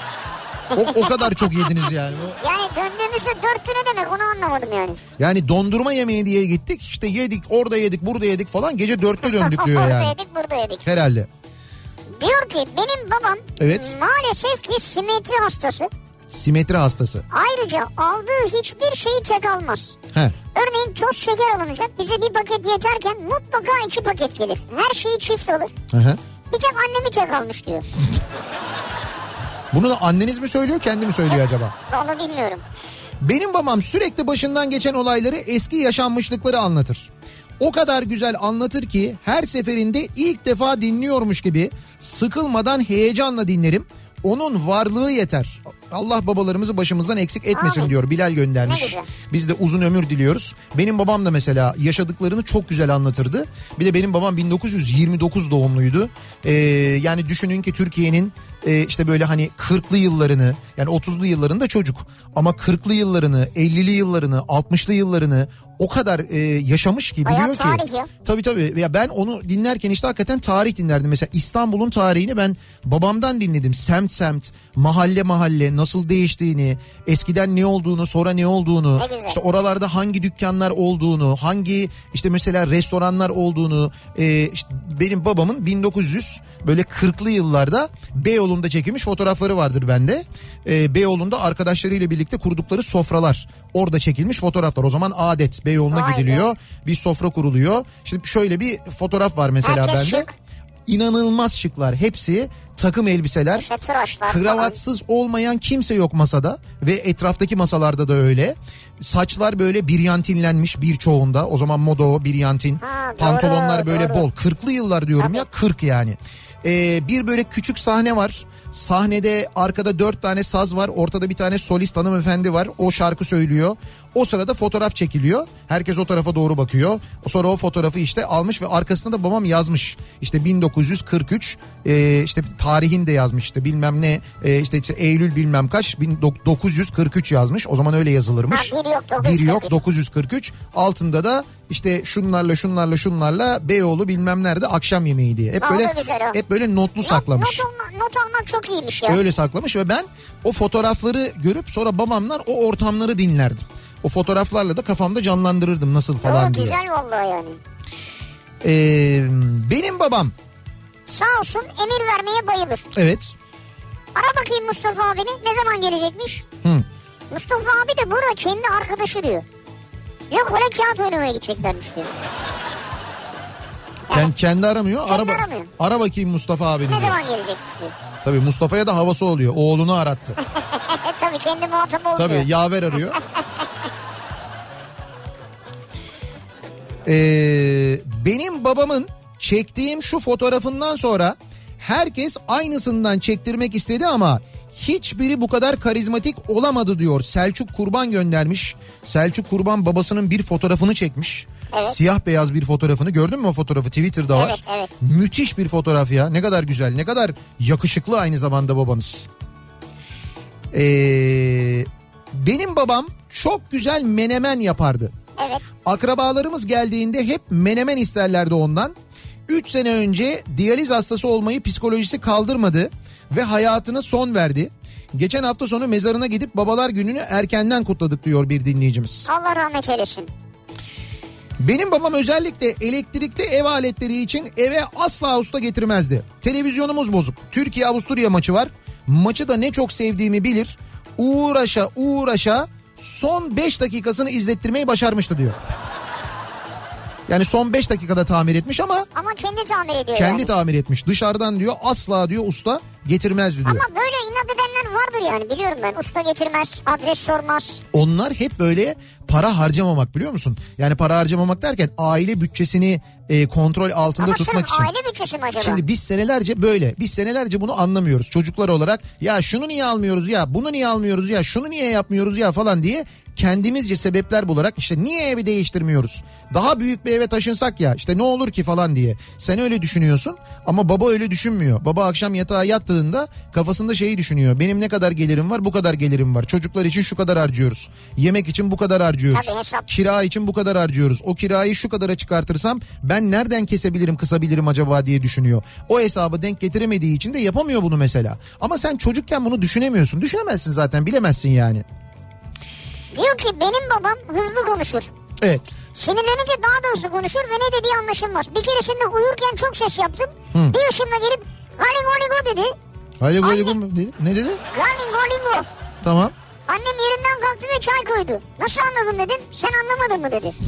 O, o kadar çok yediniz yani. Yani döndüğümüzde dörttü ne demek, onu anlamadım yani. Yani dondurma yemeye diye gittik, işte yedik, orada yedik, burada yedik falan, gece dörtte döndük diyor orada yani. Orada yedik, burada yedik. Herhalde. Diyor ki benim babam evet. maalesef ki simetri hastası. Simetri hastası. Ayrıca aldığı hiçbir şeyi tek almaz. He. Örneğin toz şeker alınacak, bize bir paket yeterken mutlaka iki paket gelir. Her şeyi çift alır. Hı hı. Bir tek annemi tek almış diyor. Bunu da anneniz mi söylüyor, kendi mi söylüyor acaba? Onu bilmiyorum. Benim babam sürekli başından geçen olayları, eski yaşanmışlıkları anlatır. O kadar güzel anlatır ki her seferinde ilk defa dinliyormuş gibi sıkılmadan heyecanla dinlerim. Onun varlığı yeter. Allah babalarımızı başımızdan eksik etmesin Abi. diyor. Bilal göndermiş. Biz de uzun ömür diliyoruz. Benim babam da mesela yaşadıklarını çok güzel anlatırdı. Bir de benim babam bin dokuz yüz yirmi dokuz doğumluydu. Ee, yani düşünün ki Türkiye'nin e, işte böyle hani kırklı yıllarını, yani otuzlu yıllarında çocuk ama kırklı yıllarını, ellili yıllarını, altmışlı yıllarını o kadar e, yaşamış ki, biliyor ki. Tarih ya. Tabii tabii. Ya ben onu dinlerken işte hakikaten tarih dinlerdim. Mesela İstanbul'un tarihini ben babamdan dinledim. Semt semt, mahalle mahalle, nasıl değiştiğini, eskiden ne olduğunu, sonra ne olduğunu, işte oralarda hangi dükkanlar olduğunu, hangi işte mesela restoranlar olduğunu, e, işte benim babamın bin dokuz yüz böyle kırklı yıllarda Beyoğlu'nda çekilmiş fotoğrafları vardır bende. E, Beyoğlu'nda arkadaşlarıyla birlikte kurdukları sofralar, orada çekilmiş fotoğraflar. O zaman adet Beyoğlu'na Vay gidiliyor, be. bir sofra kuruluyor. Şimdi şöyle bir fotoğraf var mesela Herkes bende. Şık. İnanılmaz şıklar, hepsi takım elbiseler, işte kravatsız falan. Olmayan kimse yok masada ve etraftaki masalarda da öyle. Saçlar böyle biryantinlenmiş birçoğunda, o zaman moda o biryantin, ha, pantolonlar doğru, böyle doğru. bol, kırklı yıllar diyorum Tabii. ya, kırk yani. Ee, bir böyle küçük sahne var. Sahnede arkada dört tane saz var. Ortada bir tane solist hanımefendi var. O şarkı söylüyor. O sırada fotoğraf çekiliyor. Herkes o tarafa doğru bakıyor. Sonra o fotoğrafı işte almış ve arkasında da babam yazmış. İşte bin dokuz yüz kırk üç e, işte tarihini de yazmış, işte bilmem ne e, işte, işte Eylül bilmem kaç bin dokuz yüz kırk üç yazmış. O zaman öyle yazılırmış. Ha, bir yok, dokuz yüz kırk üç. Bir yok dokuz yüz kırk üç. Altında da işte şunlarla şunlarla şunlarla Beyoğlu bilmem nerede akşam yemeği diye. Hep Aa, böyle hep böyle notlu not, saklamış. Not, alma, not almak çok iyiymiş ya. Öyle saklamış ve ben o fotoğrafları görüp sonra babamlar o ortamları dinlerdim. O fotoğraflarla da kafamda canlandırırdım nasıl falan Doğru, diye. Güzel vallahi yani. Ee, benim babam. Sağ olsun, emir vermeye bayılır. Evet. Ara bakayım Mustafa abini, ne zaman gelecekmiş? Hı. Mustafa abi de burada kendi arkadaşı diyor. Yok öyle kağıt oynamaya gideceklermiş diyor. Yani, kendi, kendi aramıyor. Kendi ara, aramıyor. Ara bakayım Mustafa abini. Ne diyor. zaman gelecekmiş diyor. Tabii Mustafa'ya da havası oluyor. Oğlunu arattı. Tabii kendi muhatap olmuyor. Tabii yaver arıyor. Ee, benim babamın çektiğim şu fotoğrafından sonra herkes aynısından çektirmek istedi ama hiçbiri bu kadar karizmatik olamadı diyor. Selçuk Kurban göndermiş. Selçuk Kurban babasının bir fotoğrafını çekmiş. Evet. Siyah beyaz bir fotoğrafını, gördün mü o fotoğrafı? Twitter'da var. Evet, evet. Müthiş bir fotoğraf ya. Ne kadar güzel, ne kadar yakışıklı aynı zamanda babanız. Ee, benim babam çok güzel menemen yapardı. Evet. Akrabalarımız geldiğinde hep menemen isterlerdi ondan. üç sene önce diyaliz hastası olmayı psikolojisi kaldırmadı ve hayatına son verdi. Geçen hafta sonu mezarına gidip babalar gününü erkenden kutladık diyor bir dinleyicimiz. Allah rahmet eylesin. Benim babam özellikle elektrikli ev aletleri için eve asla usta getirmezdi. Televizyonumuz bozuk. Türkiye-Avusturya maçı var. Maçı da ne çok sevdiğimi bilir. Uğraşa uğraşa son beş dakikasını izlettirmeyi başarmıştı diyor. Yani son beş dakikada tamir etmiş ama... Ama kendi tamir ediyor Kendi yani. tamir etmiş. Dışarıdan diyor asla diyor usta getirmezdi diyor. Ama böyle inat edenler vardır yani, biliyorum ben. Usta getirmez, adres sormaz. Onlar hep böyle para harcamamak, biliyor musun? Yani para harcamamak derken aile bütçesini e, kontrol altında Ama tutmak için. Ama aile bütçesi mi acaba? Şimdi biz senelerce böyle. Biz senelerce bunu anlamıyoruz çocuklar olarak. Ya şunu niye almıyoruz ya, bunu niye almıyoruz ya, şunu niye yapmıyoruz ya falan diye kendimizce sebepler bularak işte niye evi değiştirmiyoruz? Daha büyük bir eve taşınsak ya, işte ne olur ki falan diye. Sen öyle düşünüyorsun ama baba öyle düşünmüyor. Baba akşam yatağa yattığında kafasında şeyi düşünüyor. Benim ne kadar gelirim var? Bu kadar gelirim var. Çocuklar için şu kadar harcıyoruz. Yemek için bu kadar harcıyoruz. Tabii, kira için bu kadar harcıyoruz. O kirayı şu kadara çıkartırsam ben nereden kesebilirim, kısabilirim acaba diye düşünüyor. O hesabı denk getiremediği için de yapamıyor bunu mesela. Ama sen çocukken bunu düşünemiyorsun. Düşünemezsin zaten, bilemezsin yani. Diyor ki benim babam hızlı konuşur. Evet. Sinirlenince daha da hızlı konuşur ve ne dediği anlaşılmaz. Bir keresinde uyurken çok ses yaptım. Hı. Bir ışımla gelip galingo lingo dedi. Galingo lingo dedi? Ne dedi? Galingo lingo. Tamam. Annem yerinden kalktı ve çay koydu. Nasıl anladın dedim. Sen anlamadın mı dedi.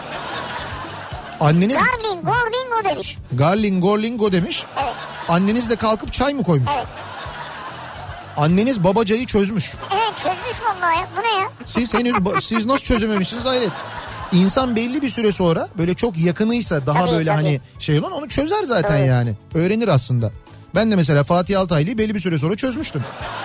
Anneniz... Garlingo lingo demiş. Garlingo lingo demiş. Evet. Anneniz de kalkıp çay mı koymuş? Evet. Anneniz babacayı çözmüş. Evet, çözmüş vallahi ya. Bu ne ya? Siz henüz siz nasıl çözememişsiniz, hayret. İnsan belli bir süre sonra böyle çok yakınıysa daha tabii, böyle tabii. hani şey olan onu çözer zaten evet. Yani. Öğrenir aslında. Ben de mesela Fatih Altaylı'yı belli bir süre sonra çözmüştüm.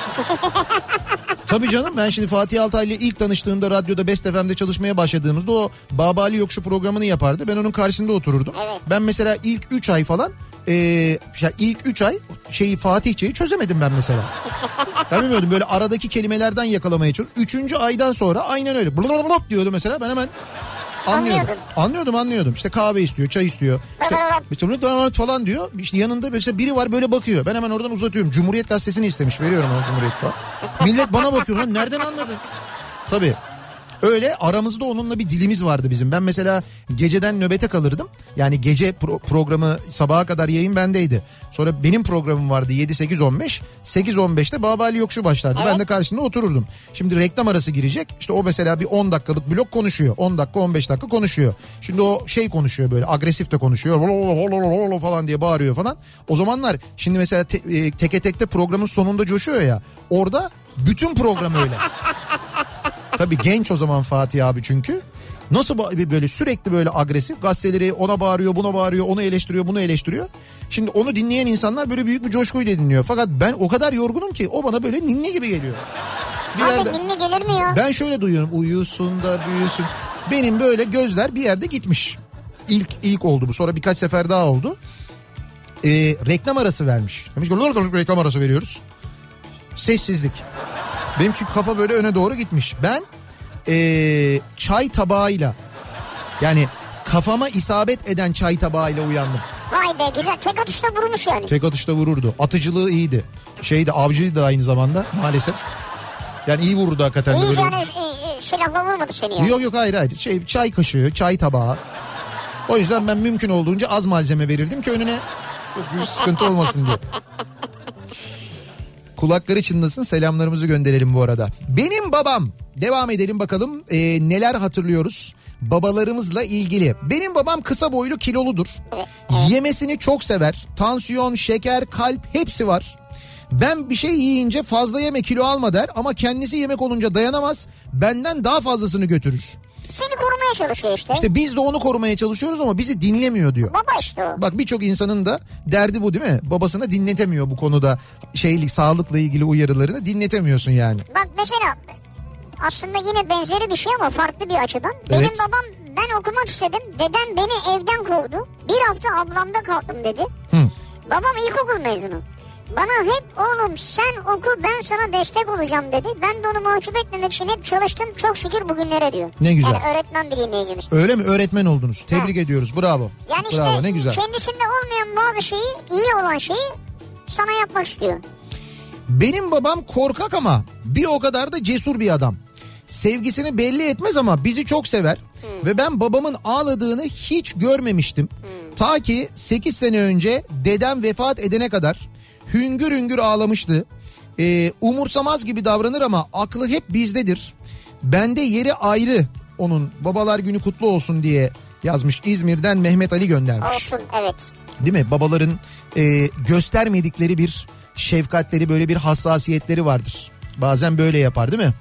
Tabii canım, ben şimdi Fatih Altaylı'yla ilk tanıştığımda radyoda Best F M'de çalışmaya başladığımızda o Babali Yok Şu programını yapardı. Ben onun karşısında otururdum. Evet. Ben mesela ilk üç ay falan e, yani ilk üç ay şeyi Fatihçeyi çözemedim ben mesela. Ben bilmiyordum, böyle aradaki kelimelerden yakalamaya çalışıyordum. Üçüncü aydan sonra aynen öyle blop diyordum mesela, ben hemen Anlıyordum. Anlıyordum anlıyordum. İşte kahve istiyor, çay istiyor. İşte, işte falan diyor. İşte yanında mesela biri var böyle bakıyor. Ben hemen oradan uzatıyorum. Cumhuriyet Gazetesi'ni istemiş. Veriyorum ona Cumhuriyet falan. Millet bana bakıyor lan nereden anladın? Tabii. Öyle aramızda onunla bir dilimiz vardı bizim. Ben mesela geceden nöbete kalırdım. Yani gece pro- programı sabaha kadar yayın bendeydi. Sonra benim programım vardı yedi sekiz on beş. sekiz on beşte Babali Yokuşu başlardı. Evet. Ben de karşısında otururdum. Şimdi reklam arası girecek. İşte o mesela bir on dakikalık blok konuşuyor. on dakika on beş dakika konuşuyor. Şimdi o şey konuşuyor böyle agresif de konuşuyor. Falan diye bağırıyor falan. O zamanlar şimdi mesela te- e, teke tekte programın sonunda coşuyor ya. Orada bütün program öyle. Tabii genç o zaman Fatih abi çünkü. Nasıl böyle sürekli böyle agresif, gazeteleri ona bağırıyor, buna bağırıyor, onu eleştiriyor, bunu eleştiriyor. Şimdi onu dinleyen insanlar böyle büyük bir coşkuyla dinliyor. Fakat ben o kadar yorgunum ki o bana böyle ninni gibi geliyor. Bir abi yerde, ninni gelir mi ya? Ben şöyle duyuyorum, uyusun da büyüsün. Benim böyle gözler bir yerde gitmiş. İlk ilk oldu bu, sonra birkaç sefer daha oldu. Ee, reklam arası vermiş. Demiş ki reklam arası veriyoruz. Sessizlik. Benim çünkü kafa böyle öne doğru gitmiş. Ben ee, çay tabağıyla, yani kafama isabet eden çay tabağıyla uyandım. Vay be güzel, tek atışta vurmuş yani. Tek atışta vururdu. Atıcılığı iyiydi. Şeydi, avcıydı aynı zamanda maalesef. Yani iyi vururdu hakikaten. İyi böyle... yani e, e, silahla vurmadı seni ya. Yok yok hayır hayır. Şey, çay kaşığı, çay tabağı. O yüzden ben mümkün olduğunca az malzeme verirdim ki önüne çok büyük sıkıntı olmasın diye. Kulakları çınlasın, selamlarımızı gönderelim bu arada. Benim babam, devam edelim bakalım ee, neler hatırlıyoruz babalarımızla ilgili. Benim babam kısa boylu, kiloludur. Yemesini çok sever. Tansiyon, şeker, kalp hepsi var. Ben bir şey yiyince fazla yeme, kilo alma der ama kendisi yemek olunca dayanamaz. Benden daha fazlasını götürür. Seni korumaya çalışıyor işte. İşte biz de onu korumaya çalışıyoruz ama bizi dinlemiyor diyor. Baba işte o. Bak birçok insanın da derdi bu değil mi? Babasına dinletemiyor bu konuda şeylik, sağlıkla ilgili uyarılarını dinletemiyorsun yani. Bak mesela aslında yine benzeri bir şey ama farklı bir açıdan. Evet. Benim babam, ben okumak istedim. Dedem beni evden kovdu. Bir hafta ablamda kaldım dedi. Hı. Babam ilkokul mezunu. Bana hep oğlum sen oku ben sana destek olacağım dedi. Ben de onu mahcup etmemek için hep çalıştım. Çok şükür bugünlere diyor. Ne güzel. Yani öğretmen bir dinleyicimiz. Öyle mi? Öğretmen oldunuz. Tebrik ha. ediyoruz. Bravo. Yani Bravo, işte ne güzel. Kendisinde olmayan bazı şeyi, iyi olan şeyi sana yapmak istiyor. Benim babam korkak ama bir o kadar da cesur bir adam. Sevgisini belli etmez ama bizi çok sever. Hmm. Ve ben babamın ağladığını hiç görmemiştim. Hmm. Ta ki sekiz sene önce dedem vefat edene kadar hüngür hüngür ağlamıştı. Ee, umursamaz gibi davranır ama aklı hep bizdedir. Bende yeri ayrı onun, babalar günü kutlu olsun diye yazmış. İzmir'den Mehmet Ali göndermiş. Olsun, evet. Değil mi? Babaların e, göstermedikleri bir şefkatleri, böyle bir hassasiyetleri vardır. Bazen böyle yapar değil mi?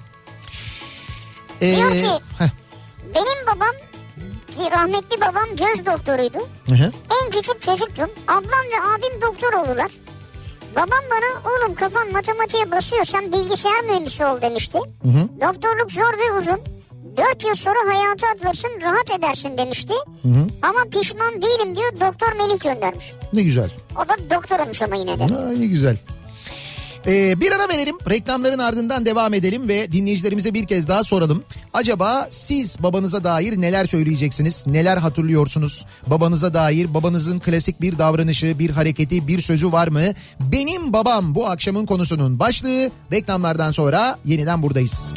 Ee, Diyor ki heh. benim babam, rahmetli babam göz doktoruydu. Hı hı. En küçük çocuktum. Ablam ve abim doktor oldular. Babam bana oğlum kafan matematiğe basıyor, sen bilgisayar mühendisi ol demişti. Hı hı. Doktorluk zor ve uzun. Dört yıl sonra hayata atılırsın, rahat edersin demişti. Hı hı. Ama pişman değilim diyor, Doktor Melih göndermiş. Ne güzel. O da doktor olmuş ama yine de. Ha, ne güzel. Ee, bir ara verelim, reklamların ardından devam edelim ve dinleyicilerimize bir kez daha soralım. Acaba siz babanıza dair neler söyleyeceksiniz, neler hatırlıyorsunuz? Babanıza dair, babanızın klasik bir davranışı, bir hareketi, bir sözü var mı? Benim babam bu akşamın konusunun başlığı. Reklamlardan sonra yeniden buradayız.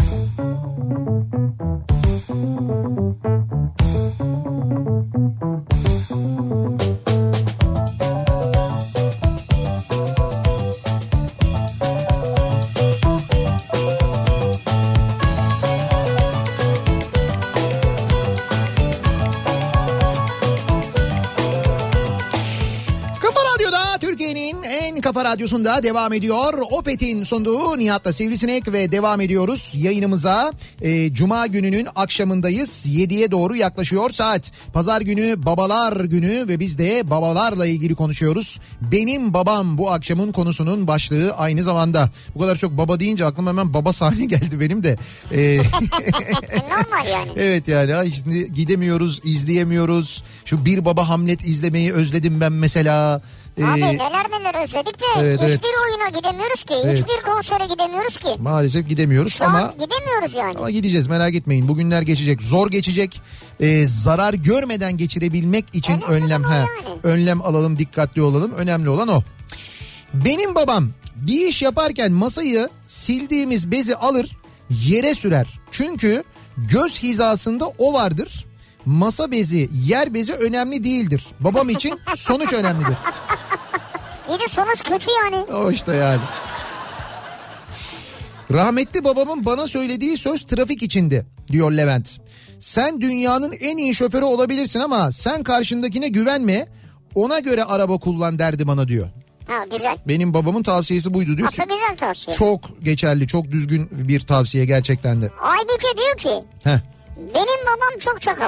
Kafa Radyosu'nda devam ediyor. Opet'in sunduğu Nihat'la Sivrisinek ve devam ediyoruz yayınımıza. E, Cuma gününün akşamındayız. yediye doğru yaklaşıyor saat. Pazar günü babalar günü ve biz de babalarla ilgili konuşuyoruz. Benim babam bu akşamın konusunun başlığı aynı zamanda. Bu kadar çok baba deyince aklıma hemen baba sahne geldi benim de. E, ne normal yani. Evet yani şimdi gidemiyoruz, izleyemiyoruz. Şu Bir Baba Hamlet izlemeyi özledim ben mesela. Abi ee, neler neler özledik de evet, hiçbir evet. oyuna gidemiyoruz ki. Evet. Hiçbir konsere gidemiyoruz ki. Maalesef gidemiyoruz Şu ama. gidemiyoruz yani. Ama gideceğiz, merak etmeyin. Bugünler geçecek. Zor geçecek. Ee, zarar görmeden geçirebilmek için önemli önlem ha, yani. önlem alalım, dikkatli olalım. Önemli olan o. Benim babam bir iş yaparken masayı sildiğimiz bezi alır yere sürer. Çünkü göz hizasında o vardır. Masa bezi, yer bezi önemli değildir. Babam için sonuç önemlidir. İyi de sonuç kötü yani. O işte yani. Rahmetli babamın bana söylediği söz trafik içinde diyor Levent. Sen dünyanın en iyi şoförü olabilirsin ama sen karşındakine güvenme. Ona göre araba kullan derdi bana diyor. Ha güzel. Benim babamın tavsiyesi buydu diyor. Aslında güzel tavsiye. Çok geçerli, çok düzgün bir tavsiye gerçekten de. Aybüke diyor ki. Heh. Benim babam çok çakal.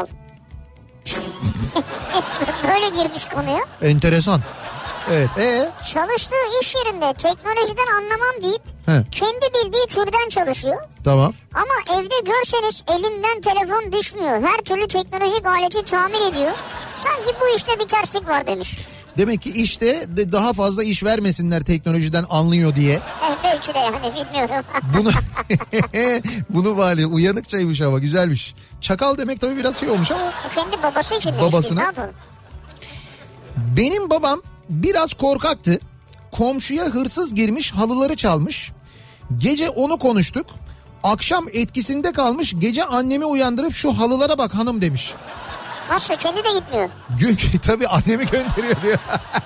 Böyle girmiş konuya. Enteresan. Evet. Ee? Çalıştığı iş yerinde teknolojiden anlamam deyip He. kendi bildiği türden çalışıyor. Tamam. Ama evde görseniz elinden telefon düşmüyor. Her türlü teknolojik aleti tamir ediyor. Sanki bu işte bir terslik var demiş. Demek ki işte de daha fazla iş vermesinler teknolojiden anlıyor diye. Evet, belki de yani bilmiyorum. Bunu bunu vali uyanıkçaymış ama güzelmiş. Çakal demek tabii biraz şey olmuş ama. Kendi babası için demiş. Babasına. Ne yapalım? Benim babam biraz korkaktı. Komşuya hırsız girmiş, halıları çalmış. Gece onu konuştuk. Akşam etkisinde kalmış. Gece annemi uyandırıp şu halılara bak hanım demiş. Nasıl? Kendi de gitmiyor. Gün, tabii annemi gönderiyor diyor.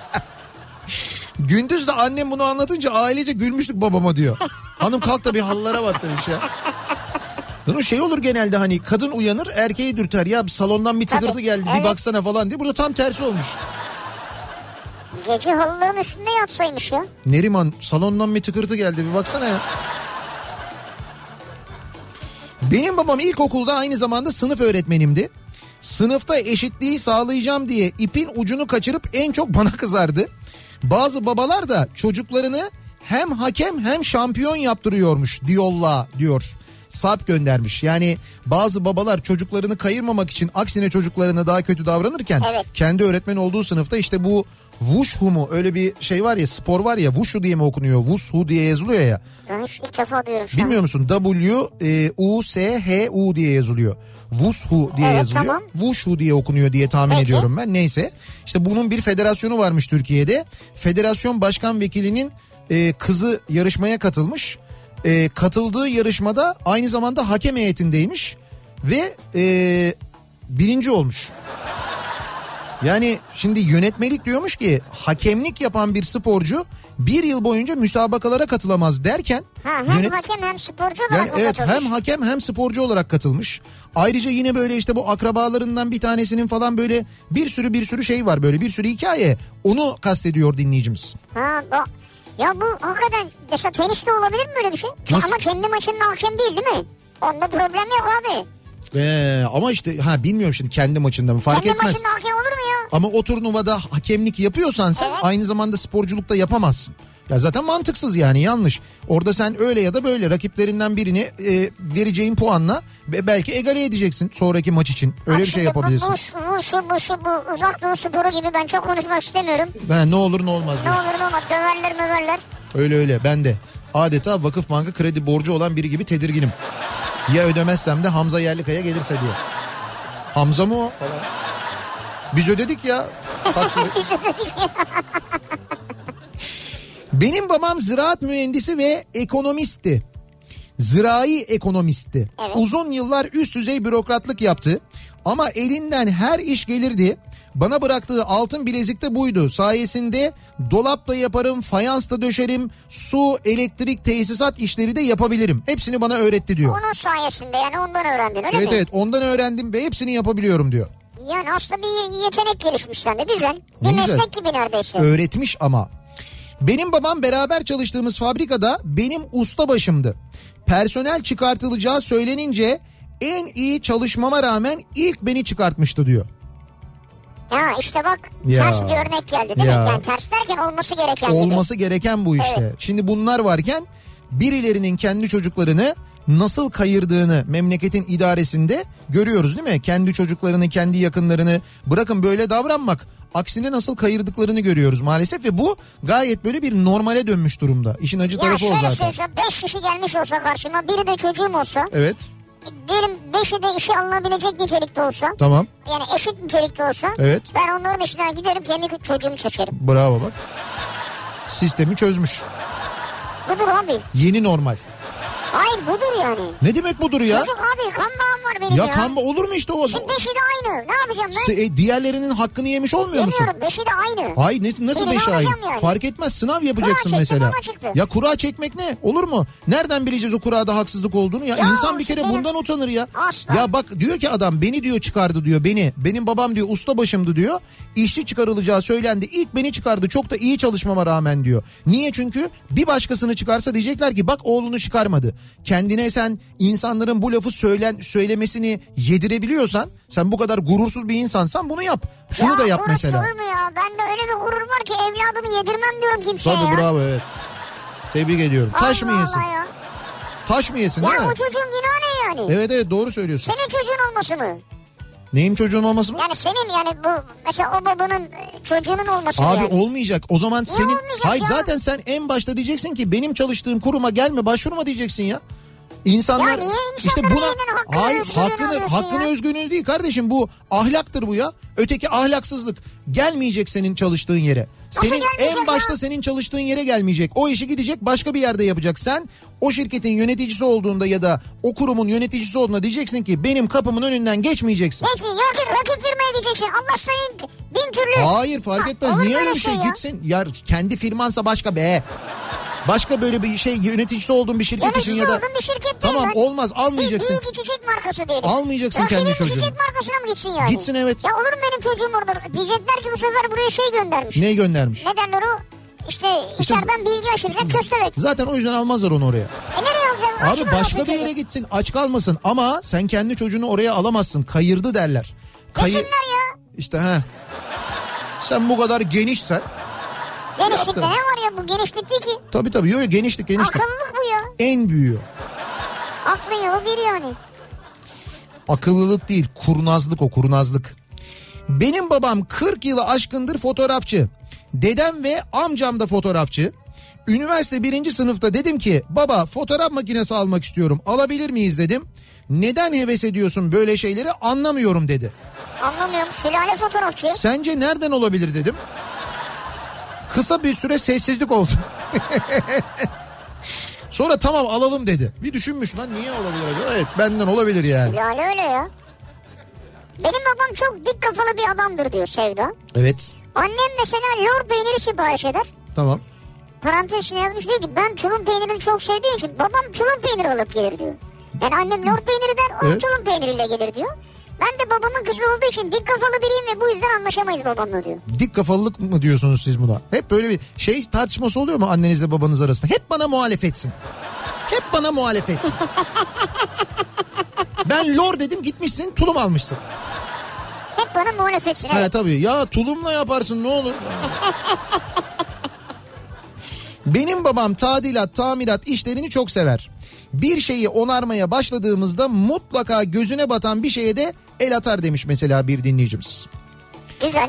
Gündüz de annem bunu anlatınca ailece gülmüştük babama diyor. Hanım kalk da bir halılara bak demiş ya. Bunun şey olur genelde hani kadın uyanır erkeği dürter ya salondan bir tıkırtı geldi evet. Bir baksana falan diye. Burada tam tersi olmuş. Gece halıların üstünde yatsaymış ya. Neriman salondan bir tıkırtı geldi bir baksana ya. Benim babam ilkokulda aynı zamanda sınıf öğretmenimdi. Sınıfta eşitliği sağlayacağım diye ipin ucunu kaçırıp en çok bana kızardı. Bazı babalar da çocuklarını hem hakem hem şampiyon yaptırıyormuş diyorlar diyor. Sarp göndermiş. Yani bazı babalar çocuklarını kayırmamak için aksine çocuklarına daha kötü davranırken evet. Kendi öğretmen olduğu sınıfta işte bu Wushu mu öyle bir şey var ya spor var ya Wushu diye mi okunuyor Wushu diye yazılıyor ya. Ben hiç ilk defa duyuyorum şu Bilmiyor an. musun W U S H U diye yazılıyor. Wushu diye evet, yazılıyor. Tamam. Wushu diye okunuyor diye tahmin Peki. ediyorum ben. Neyse işte bunun bir federasyonu varmış Türkiye'de. Federasyon başkan vekilinin e, kızı yarışmaya katılmış. E, katıldığı yarışmada aynı zamanda hakem heyetindeymiş ve e, birinci olmuş. Yani şimdi yönetmelik diyormuş ki hakemlik yapan bir sporcu bir yıl boyunca müsabakalara katılamaz derken. Ha, hem yönet... hakem hem sporcu olarak yani evet, katılmış. Hem hakem hem sporcu olarak katılmış. Ayrıca yine böyle işte bu akrabalarından bir tanesinin falan böyle bir sürü bir sürü şey var böyle bir sürü hikaye. Onu kastediyor dinleyicimiz. Ha bak. Ya bu hakikaten mesela teniste olabilir mi böyle bir şey? Nasıl? Ama kendi maçında hakem değil değil mi? Onda problem yok abi. Ee, ama işte ha bilmiyorum şimdi kendi maçında mı fark kendi etmez. Kendi maçında hakem olur mu ya? Ama o turnuvada hakemlik yapıyorsan sen evet. Aynı zamanda sporculukta yapamazsın. Ya zaten mantıksız yani yanlış. Orada sen öyle ya da böyle rakiplerinden birini e, vereceğin puanla ve belki egale edeceksin sonraki maç için. Öyle Bak bir şey yapabilirsin. Bu, bu, bu, şu, bu, şu, bu uzak doğu sporu gibi ben çok konuşmak istemiyorum. Ben ne olur ne olmaz. Ne olur ne olmaz döverler möverler. Öyle öyle ben de adeta vakıf banka kredi borcu olan biri gibi tedirginim. Ya ödemezsem de Hamza Yerlikaya gelirse diye. Hamza mı o falan. Biz ödedik ya. Benim babam ziraat mühendisi ve ekonomistti. Zirai ekonomistti. Evet. Uzun yıllar üst düzey bürokratlık yaptı. Ama elinden her iş gelirdi. Bana bıraktığı altın bilezik de buydu. Sayesinde dolap da yaparım, fayans da döşerim, su, elektrik, tesisat işleri de yapabilirim. Hepsini bana öğretti diyor. Onun sayesinde yani ondan öğrendin öyle evet, mi? Evet evet ondan öğrendim ve hepsini yapabiliyorum diyor. Yani aslında bir yetenek gelişmiş sende güzel. Bir ne meslek güzel. Gibi neredeyse. Öğretmiş ama. Benim babam beraber çalıştığımız fabrikada benim ustabaşımdı. Personel çıkartılacağı söylenince en iyi çalışmama rağmen ilk beni çıkartmıştı diyor. Ya işte bak ya, ters bir örnek geldi değil ya. mi? Yani ters derken olması gereken Olması gibi. gereken bu işte. Evet. Şimdi bunlar varken birilerinin kendi çocuklarını nasıl kayırdığını memleketin idaresinde görüyoruz değil mi? Kendi çocuklarını, kendi yakınlarını bırakın böyle davranmak. Aksine nasıl kayırdıklarını görüyoruz maalesef ve bu gayet böyle bir normale dönmüş durumda. İşin acı ya tarafı o zaten. Ya şöyle söylesem beş kişi gelmiş olsa karşıma, biri de çocuğum olsa. Evet. Diyelim beşi de işe alınabilecek nitelikte olsa. Tamam. Yani eşit nitelikte olsa. Evet. Ben onların işinden giderim, kendi çocuğumu çekerim. Bravo bak. Sistemi çözmüş. Budur abi. Yeni normal. Hayır budur yani. Ne demek budur ya? Çocuk abi, kan bağım var benim ya. ya. kan bağı olur mu işte o? Şimdi beşi de aynı. Ne yapacağım ben? E, diğerlerinin hakkını yemiş olmuyor musun? Yemiyorum, beşi de aynı. Hayır, ne, nasıl Birini beşi aynı? yani. Fark etmez, sınav yapacaksın kura mesela. Çektim, ya kura çekmek ne? Olur mu? Nereden bileceğiz o kurada haksızlık olduğunu? Ya, ya insan bir kere benim... bundan utanır ya. Asla. Ya bak diyor ki adam, beni diyor çıkardı diyor beni. Benim babam diyor ustabaşımdı diyor. İşçi çıkarılacağı söylendi. İlk beni çıkardı, çok da iyi çalışmama rağmen diyor. Niye? Çünkü bir başkasını çıkarsa diyecekler ki bak oğlunu çıkarmadı. Kendine sen insanların bu lafı söylen söylemesini yedirebiliyorsan, sen bu kadar gurursuz bir insansan bunu yap. Şunu ya, da yap mesela. Ya olur mu ya? Bende öyle bir gurur var ki evladımı yedirmem diyorum kimseye. Tabii ya. bravo, evet. Tebrik ediyorum. Allah Taş mı yesin? ya. Taş mı yesin ya değil mi? Ya o çocuğun günahı ne yani? Evet evet, doğru söylüyorsun. Senin çocuğun olması mı? Neyim çocuğun olması mı? Yani senin, yani bu mesela o babanın çocuğunun olması Abi yani. olmayacak. O zaman Niye senin... Hayır ya? zaten sen en başta diyeceksin ki benim çalıştığım kuruma gelme, başvurma diyeceksin ya. İnsanlar ya niye işte buna hakkını, hayır özgürlüğünü hakkını hakkını özgürlüğünü değil kardeşim, bu ahlaktır bu ya. Öteki ahlaksızlık. Gelmeyecek senin çalıştığın yere. Senin en başta ya? Senin çalıştığın yere gelmeyecek. O işi gidecek başka bir yerde yapacak. Sen o şirketin yöneticisi olduğunda ya da o kurumun yöneticisi olduğunda diyeceksin ki benim kapımın önünden geçmeyeceksin. Geçmeyeceksin. Rakip, rakip firmaya diyeceksin. Allah senin bin türlü. Hayır fark etmez. Ha, niye öyle bir şey, şey gitsin? Ya kendi firmansa başka be. Başka böyle bir şey, yöneticisi olduğun bir şirket yöneticisi için ya da... olduğun bir şirket tamam ben. olmaz, almayacaksın. Büyük içecek markası diyelim. Almayacaksın kendi çocuğunu. Rakibin içecek markasına mı gitsin yani? Gitsin evet. Ya olur mu benim çocuğum orada? Diyecekler ki bu sefer buraya şey göndermiş. Ne göndermiş? Ne derler o? İşte, işte içeriden bilgi aşıracak köstebek. Zaten o yüzden almazlar onu oraya. E nereye alacağım? Abi başka bir yere gitsin, aç kalmasın, ama sen kendi çocuğunu oraya alamazsın. Kayırdı derler. Kayır... Desinler ya. İşte he. Sen bu kadar genişsen. Genişlikte ne var ya, bu genişlik değil ki. Tabii tabii, yok genişlik genişlik. Akıllılık bu ya. En büyüğü. Aklın yolu bir yani. Akıllılık değil, kurnazlık o, kurnazlık. Benim babam kırk yılı aşkındır fotoğrafçı. Dedem ve amcam da fotoğrafçı. Üniversite birinci sınıfta dedim ki baba fotoğraf makinesi almak istiyorum, alabilir miyiz dedim. Neden heves ediyorsun böyle şeyleri anlamıyorum dedi. Anlamıyorum, sülale fotoğrafçı. Sence nereden olabilir dedim. Kısa bir süre sessizlik oldu. Sonra tamam alalım dedi. Bir düşünmüş, lan niye olabilir acaba? Evet, benden olabilir yani. Sülale öyle ya. Benim babam çok dik kafalı bir adamdır diyor Sevda. Evet. Annem mesela lor peyniri sipariş eder. Tamam. Parantez içine yazmış, diyor ki ben tulum peynirini çok sevdiğim için babam tulum peyniri alıp gelir diyor. Yani annem lor peyniri der, o evet. tulum peyniriyle gelir diyor. Ben de babamın kızı olduğu için dik kafalı biriyim ve bu yüzden anlaşamayız babamla diyor. Dik kafalılık mı diyorsunuz siz buna? Hep böyle bir şey tartışması oluyor mu annenizle babanız arasında? Hep bana muhalefetsin. Hep bana muhalefetsin. Ben lor dedim, gitmişsin tulum almışsın. Hep bana muhalefetsin. He evet. Tabii ya, tulumla yaparsın ne olur. Benim babam tadilat, tamirat işlerini çok sever. Bir şeyi onarmaya başladığımızda mutlaka gözüne batan bir şeye de el atar demiş mesela bir dinleyicimiz. Güzel.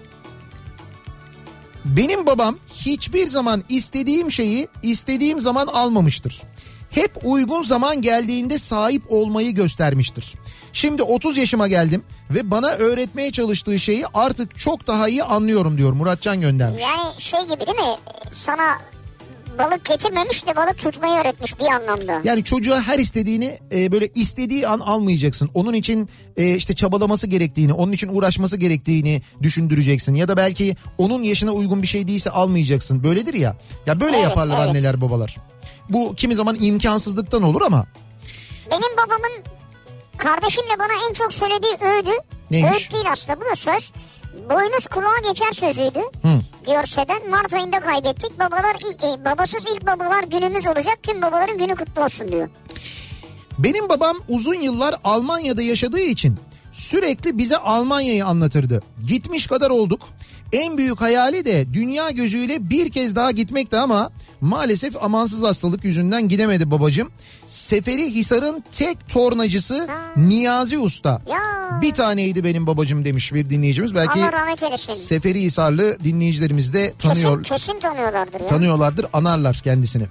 Benim babam hiçbir zaman istediğim şeyi istediğim zaman almamıştır. Hep uygun zaman geldiğinde sahip olmayı göstermiştir. Şimdi otuz yaşıma geldim ve bana öğretmeye çalıştığı şeyi artık çok daha iyi anlıyorum diyor, Muratcan göndermiş. Yani şey gibi değil mi? Sana balık getirmemiş de balık tutmayı öğretmiş bir anlamda. Yani çocuğa her istediğini e, böyle istediği an almayacaksın. Onun için e, işte çabalaması gerektiğini, onun için uğraşması gerektiğini düşündüreceksin. Ya da belki onun yaşına uygun bir şey değilse almayacaksın. Böyledir ya. Ya böyle evet, yaparlar evet. Anneler babalar. Bu kimi zaman imkansızlıktan olur ama. Benim babamın kardeşimle bana en çok söylediği öğüdü. Neymiş? Öğüt değil aslında, bu da söz. Boynuz kulağa geçer sözüydü. Hı. Diyor Seden. Mart ayında kaybettik. Babalar e, babasız ilk babalar günümüz olacak. Tüm babaların günü kutlu olsun diyor. Benim babam uzun yıllar Almanya'da yaşadığı için sürekli bize Almanya'yı anlatırdı. Gitmiş kadar olduk. En büyük hayali de dünya gözüyle bir kez daha gitmekti ama maalesef amansız hastalık yüzünden gidemedi babacığım. Seferihisar'ın tek tornacısı Niyazi Usta. Ya. Bir taneydi benim babacığım demiş bir dinleyicimiz. Belki Seferihisarlı dinleyicilerimiz de tanıyor. Kesin, kesin tanıyorlardır ya. Tanıyorlardır, anarlar kendisini.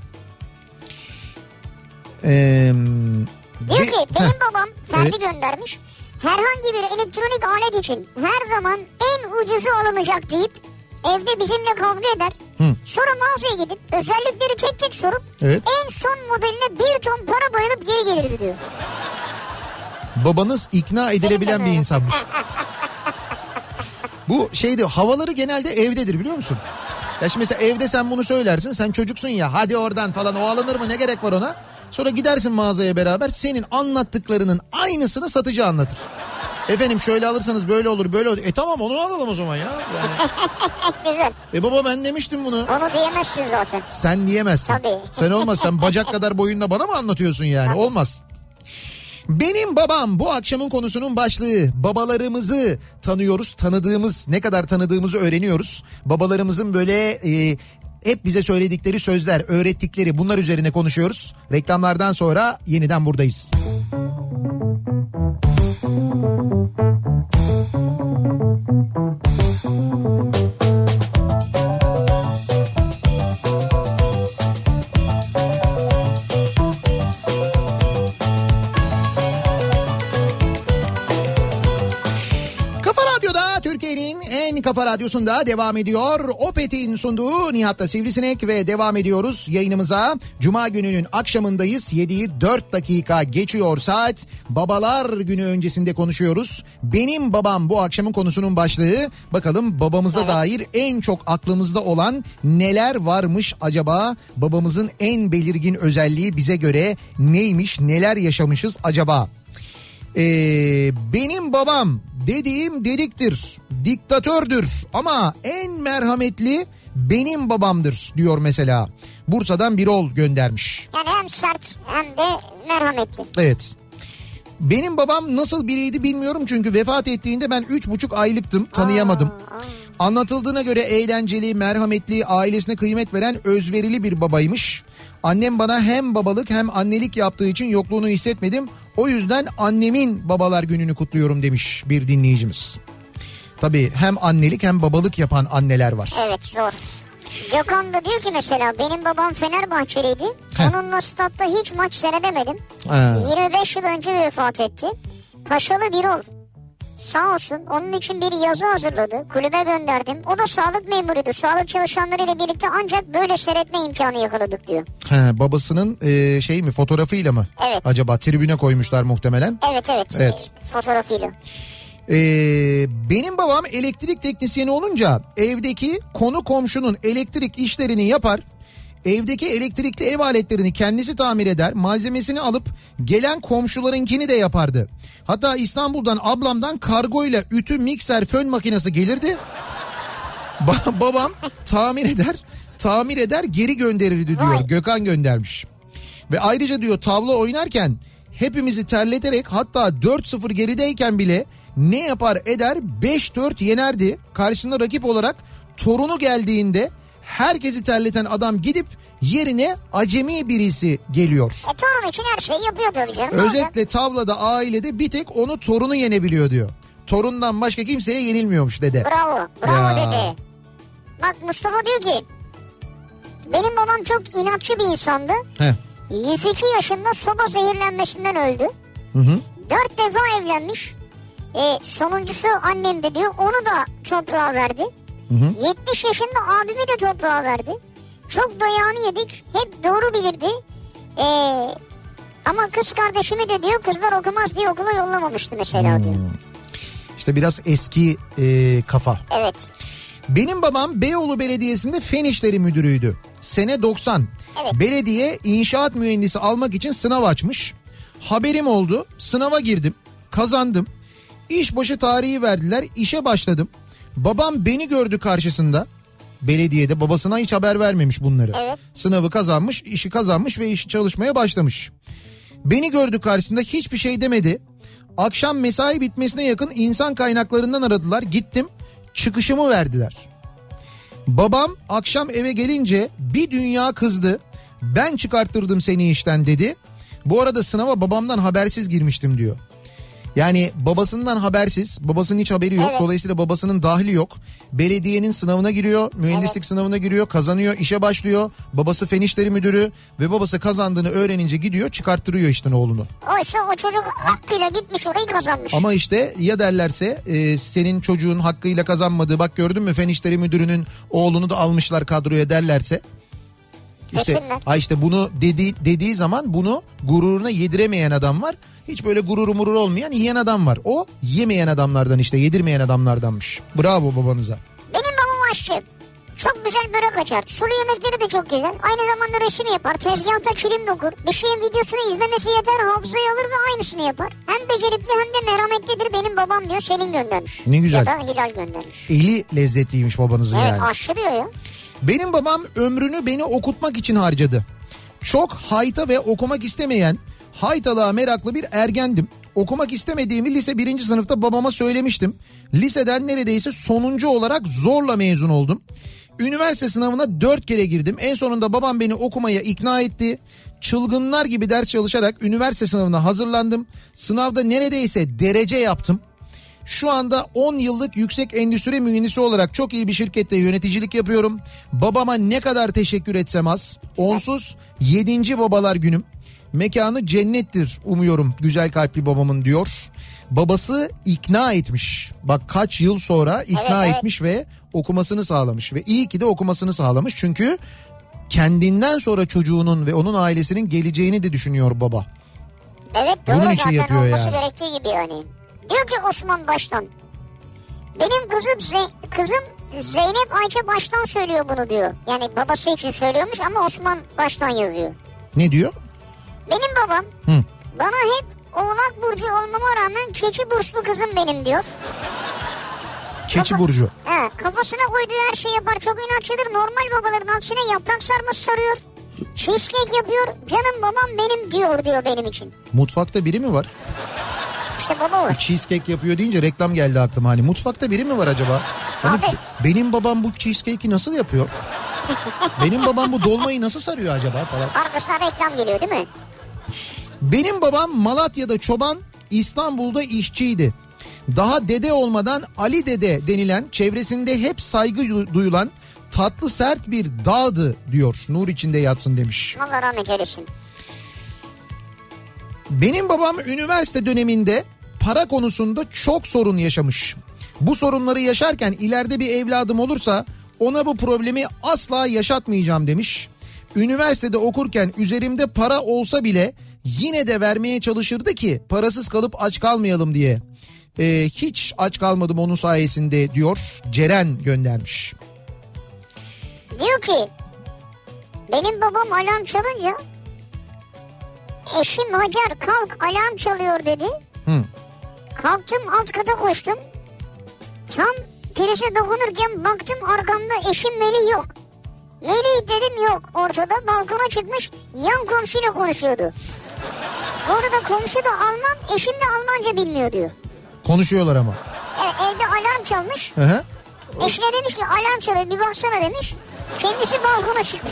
Eee... Diyor Be- ki benim Heh. babam Ferdi Evet. göndermiş. Herhangi bir elektronik alet için her zaman en ucuzu alınacak deyip evde bizimle kavga eder. Hı. Sonra mağazaya gidip özellikleri tek tek sorup Evet. en son modeline bir ton para bayılıp geri gelirdi diyor. Babanız ikna edilebilen bir insanmış. Bu şeydi, havaları genelde evdedir biliyor musun? Ya şimdi mesela evde sen bunu söylersin, sen çocuksun ya, hadi oradan falan, o alınır mı, ne gerek var ona? Sonra gidersin mağazaya beraber, senin anlattıklarının aynısını satıcı anlatır. Efendim şöyle alırsanız böyle olur böyle olur. E tamam onu alalım o zaman ya. Yani. Güzel. E baba ben demiştim bunu. Onu diyemezsin zaten. Sen diyemezsin. Tabii. Sen olmaz, sen bacak kadar boyunda bana mı anlatıyorsun yani? Tabii. Olmaz. Benim babam bu akşamın konusunun başlığı. Babalarımızı tanıyoruz, tanıdığımız, ne kadar tanıdığımızı öğreniyoruz. Babalarımızın böyle e, hep bize söyledikleri sözler, öğrettikleri, bunlar üzerine konuşuyoruz. Reklamlardan sonra yeniden buradayız. Kafa Radyosu'nda devam ediyor. Opet'in sunduğu Nihat'la Sivrisinek ve devam ediyoruz yayınımıza. Cuma gününün akşamındayız. yediyi dört dakika geçiyor saat. Babalar günü öncesinde konuşuyoruz. Benim babam bu akşamın konusunun başlığı. Bakalım babamıza evet. dair en çok aklımızda olan neler varmış acaba? Babamızın en belirgin özelliği bize göre neymiş? Neler yaşamışız acaba? Ee, benim babam dediğim dediktir, diktatördür ama en merhametli benim babamdır diyor mesela. Bursa'dan Birol göndermiş. Yani hem sert hem de merhametli. Evet. Benim babam nasıl biriydi bilmiyorum çünkü vefat ettiğinde ben üç buçuk aylıktım, tanıyamadım. Aa, aa. Anlatıldığına göre eğlenceli, merhametli, ailesine kıymet veren özverili bir babaymış. Annem bana hem babalık hem annelik yaptığı için yokluğunu hissetmedim. O yüzden annemin babalar gününü kutluyorum demiş bir dinleyicimiz. Tabii hem annelik hem babalık yapan anneler var. Evet, zor. Gökhan da diyor ki mesela benim babam Fenerbahçeliydi. Heh. Onunla statta hiç maç seyredemedim. Ha. yirmi beş yıl önce vefat etti. Paşalı Birol. Sağ olsun onun için bir yazı hazırladı. Kulübe gönderdim. O da sağlık memuruydu. Sağlık çalışanlarıyla birlikte ancak böyle seyretme imkanı yakaladık diyor. He, babasının e, şey mi, fotoğrafıyla mı? Evet. Acaba tribüne koymuşlar muhtemelen. Evet evet. Evet. E, fotoğrafıyla. Ee, benim babam elektrik teknisyeni olunca evdeki konu komşunun elektrik işlerini yapar. Evdeki elektrikli ev aletlerini kendisi tamir eder. Malzemesini alıp gelen komşularınkini de yapardı. Hatta İstanbul'dan ablamdan kargoyla ütü, mikser, fön makinesi gelirdi. Ba- babam tamir eder, tamir eder geri gönderirdi diyor. Vay. Gökhan göndermiş. Ve ayrıca diyor tavla oynarken hepimizi terleterek hatta dört sıfır gerideyken bile ne yapar eder beş dört yenerdi. Karşısında rakip olarak torunu geldiğinde herkesi terleten adam gidip yerine acemi birisi geliyor. E torun için her şeyi yapıyor tabii canım. Özetle tavlada, ailede bir tek onu torunu yenebiliyor diyor. Torundan başka kimseye yenilmiyormuş dede. Bravo, bravo ya. Dede. Bak Mustafa diyor ki benim babam çok inatçı bir insandı. Heh. yüz iki yaşında soba zehirlenmesinden öldü. Hı hı. dört defa evlenmiş. E, sonuncusu annem de diyor, onu da toprağa verdi. Hı hı. yetmiş yaşında abimi de toprağa verdi. Çok dayağını yedik. Hep doğru bilirdi. Ee, ama kız kardeşimi de diyor kızlar okumaz diye okula yollamamıştı mesela hmm. diyor. İşte biraz eski e, kafa. Evet. Benim babam Beyoğlu Belediyesi'nde fen işleri müdürüydü. Sene doksan. Evet. Belediye inşaat mühendisi almak için sınav açmış. Haberim oldu. Sınava girdim. Kazandım. İşbaşı tarihi verdiler. İşe başladım. Babam beni gördü karşısında. Belediyede babasına hiç haber vermemiş bunları. Evet. Sınavı kazanmış, işi kazanmış ve işi çalışmaya başlamış. Beni gördü karşısında, hiçbir şey demedi. Akşam mesai bitmesine yakın insan kaynaklarından aradılar. Gittim. çıkışımı verdiler. Babam akşam eve gelince bir dünya kızdı. Ben çıkarttırdım seni işten dedi. Bu arada sınava babamdan habersiz girmiştim diyor. Yani babasından habersiz, babasının hiç haberi yok. Evet. Dolayısıyla babasının dahli yok. Belediyenin sınavına giriyor, mühendislik evet. sınavına giriyor, kazanıyor, işe başlıyor. Babası fen işleri müdürü ve babası kazandığını öğrenince gidiyor, çıkarttırıyor işte oğlunu. Oysa o çocuk hakkıyla gitmiş, orayı kazanmış. Ama işte ya derlerse e, senin çocuğun hakkıyla kazanmadığı, bak gördün mü fen işleri müdürünün oğlunu da almışlar kadroya derlerse. İşte, ha işte bunu dedi, dediği zaman bunu gururuna yediremeyen adam var. Hiç böyle gururu murur olmayan yiyen adam var. O yemeyen adamlardan, işte yedirmeyen adamlardanmış. Bravo babanıza. Benim babam aşçı. Çok güzel börek açar. Sulu yemekleri de çok güzel. Aynı zamanda resim yapar. Tezgahta kilim dokur. Bir şeyin videosunu izlemesi yeter, hafızayı alır ve aynısını yapar. Hem becerikli hem de merhametlidir benim babam diyor, Selin göndermiş. Ne güzel. Ya da Hilal göndermiş. Eli lezzetliymiş babanızın evet, yani. Evet, aşçı diyor ya. Benim babam ömrünü beni okutmak için harcadı. Çok hayta ve okumak istemeyen, haytalığa meraklı bir ergendim. Okumak istemediğimi lise birinci sınıfta babama söylemiştim. Liseden neredeyse sonuncu olarak zorla mezun oldum. Üniversite sınavına dört kere girdim. En sonunda babam beni okumaya ikna etti. Çılgınlar gibi ders çalışarak üniversite sınavına hazırlandım. Sınavda neredeyse derece yaptım. Şu anda on yıllık yüksek endüstri mühendisi olarak çok iyi bir şirkette yöneticilik yapıyorum. Babama ne kadar teşekkür etsem az. Onsuz yedinci babalar günüm. Mekanı cennettir umuyorum güzel kalpli babamın diyor. Babası ikna etmiş. Bak kaç yıl sonra ikna evet, etmiş evet. ve okumasını sağlamış. Ve iyi ki de okumasını sağlamış. Çünkü kendinden sonra çocuğunun ve onun ailesinin geleceğini de düşünüyor baba. Evet doğru, bunun zaten için yapıyor olması yani. gerektiği gibi yani. Diyor ki Osman Baştan. Benim kızım, Ze- kızım Zeynep Ayça Baştan söylüyor bunu diyor. Yani babası için söylüyormuş ama Osman Baştan yazıyor. Ne diyor? Benim babam Hı. bana hep Oğlak Burcu olmama rağmen keçi burçlu kızım benim diyor. Keçi Kafa, burcu. He, kafasına koyduğu her şeyi yapar. Çok inatçıdır. Normal babaların aksine yaprak sarması sarıyor. Cheesecake yapıyor. Canım babam benim diyor diyor benim için. Mutfakta biri mi var? İşte baba var. Cheesecake yapıyor deyince reklam geldi aklıma. Hani mutfakta biri mi var acaba? Hani Abi. Benim babam bu cheesecake'i nasıl yapıyor? Benim babam bu dolmayı nasıl sarıyor acaba falan. Arkasına reklam geliyor değil mi? Benim babam Malatya'da çoban, İstanbul'da işçiydi. Daha dede olmadan Ali Dede denilen, çevresinde hep saygı duyulan tatlı sert bir dağdı diyor. Nur içinde yatsın demiş. Allah rahmet eylesin. Benim babam üniversite döneminde para konusunda çok sorun yaşamış. Bu sorunları yaşarken ileride bir evladım olursa ona bu problemi asla yaşatmayacağım demiş. Üniversitede okurken üzerimde para olsa bile yine de vermeye çalışırdı ki parasız kalıp aç kalmayalım diye. Ee, hiç aç kalmadım onun sayesinde diyor. Ceren göndermiş. Diyor ki benim babam alarm çalınca eşim Hacer kalk alarm çalıyor dedi. Hı. Kalktım alt kata koştum. Tam prize dokunurken baktım arkamda eşim Melih yok. Melih dedim yok ortada, balkona çıkmış yan komşuyla konuşuyordu. Bu arada komşu da Alman, eşim de Almanca bilmiyor diyor. Konuşuyorlar ama. Evet, evde alarm çalmış. Hı hı. Eşine demiş ki alarm çalıyor bir baksana demiş. Kendisi balkona çıkmış.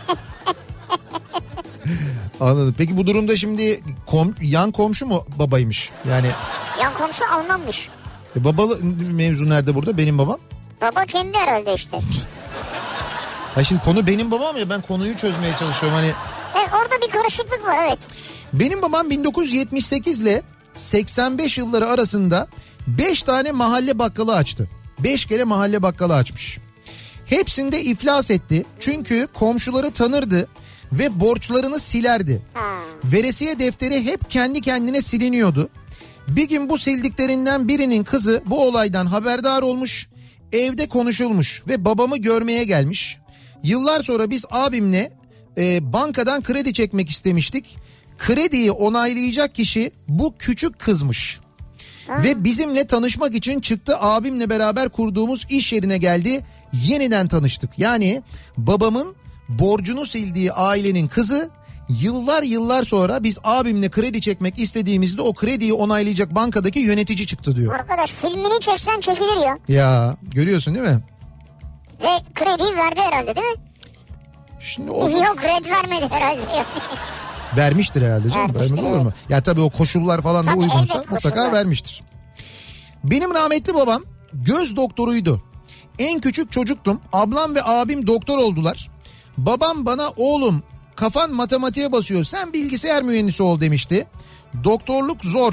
Anladım. Peki bu durumda şimdi kom, yan komşu mu babaymış? Yani yan komşu Almanmış. E babalı mevzu nerede burada? Benim babam? Baba kendi herhalde işte. Ha şimdi konu benim babam ya, ben konuyu çözmeye çalışıyorum hani. Evet, orada bir karışıklık var evet. Benim babam bin dokuz yüz yetmiş sekiz ile seksen beş yılları arasında beş tane mahalle bakkalı açtı. beş kere mahalle bakkalı açmış. Hepsinde iflas etti. Çünkü komşuları tanırdı ve borçlarını silerdi. Ha. Veresiye defteri hep kendi kendine siliniyordu. Bir gün bu sildiklerinden birinin kızı bu olaydan haberdar olmuş. Evde konuşulmuş ve babamı görmeye gelmiş. Yıllar sonra biz abimle e, bankadan kredi çekmek istemiştik. Krediyi onaylayacak kişi bu küçük kızmış. Ha. Ve bizimle tanışmak için çıktı, abimle beraber kurduğumuz iş yerine geldi. Yeniden tanıştık. Yani babamın borcunu sildiği ailenin kızı Yıllar yıllar sonra biz abimle kredi çekmek istediğimizde o krediyi onaylayacak bankadaki yönetici çıktı diyor. Arkadaş filmini çeksen çekilir ya. Ya görüyorsun değil mi? Ve krediyi verdi herhalde değil mi? Şimdi o... Yok red vermedi herhalde. Vermiştir herhalde canım. Vermiştir, Vermez olur evet. mu? Ya tabii o koşullar falan tabii da uygunsa evet, mutlaka koşullar. vermiştir. Benim rahmetli babam göz doktoruydu. En küçük çocuktum. Ablam ve abim doktor oldular. Babam bana oğlum kafan matematiğe basıyor sen bilgisayar mühendisi ol demişti. Doktorluk zor.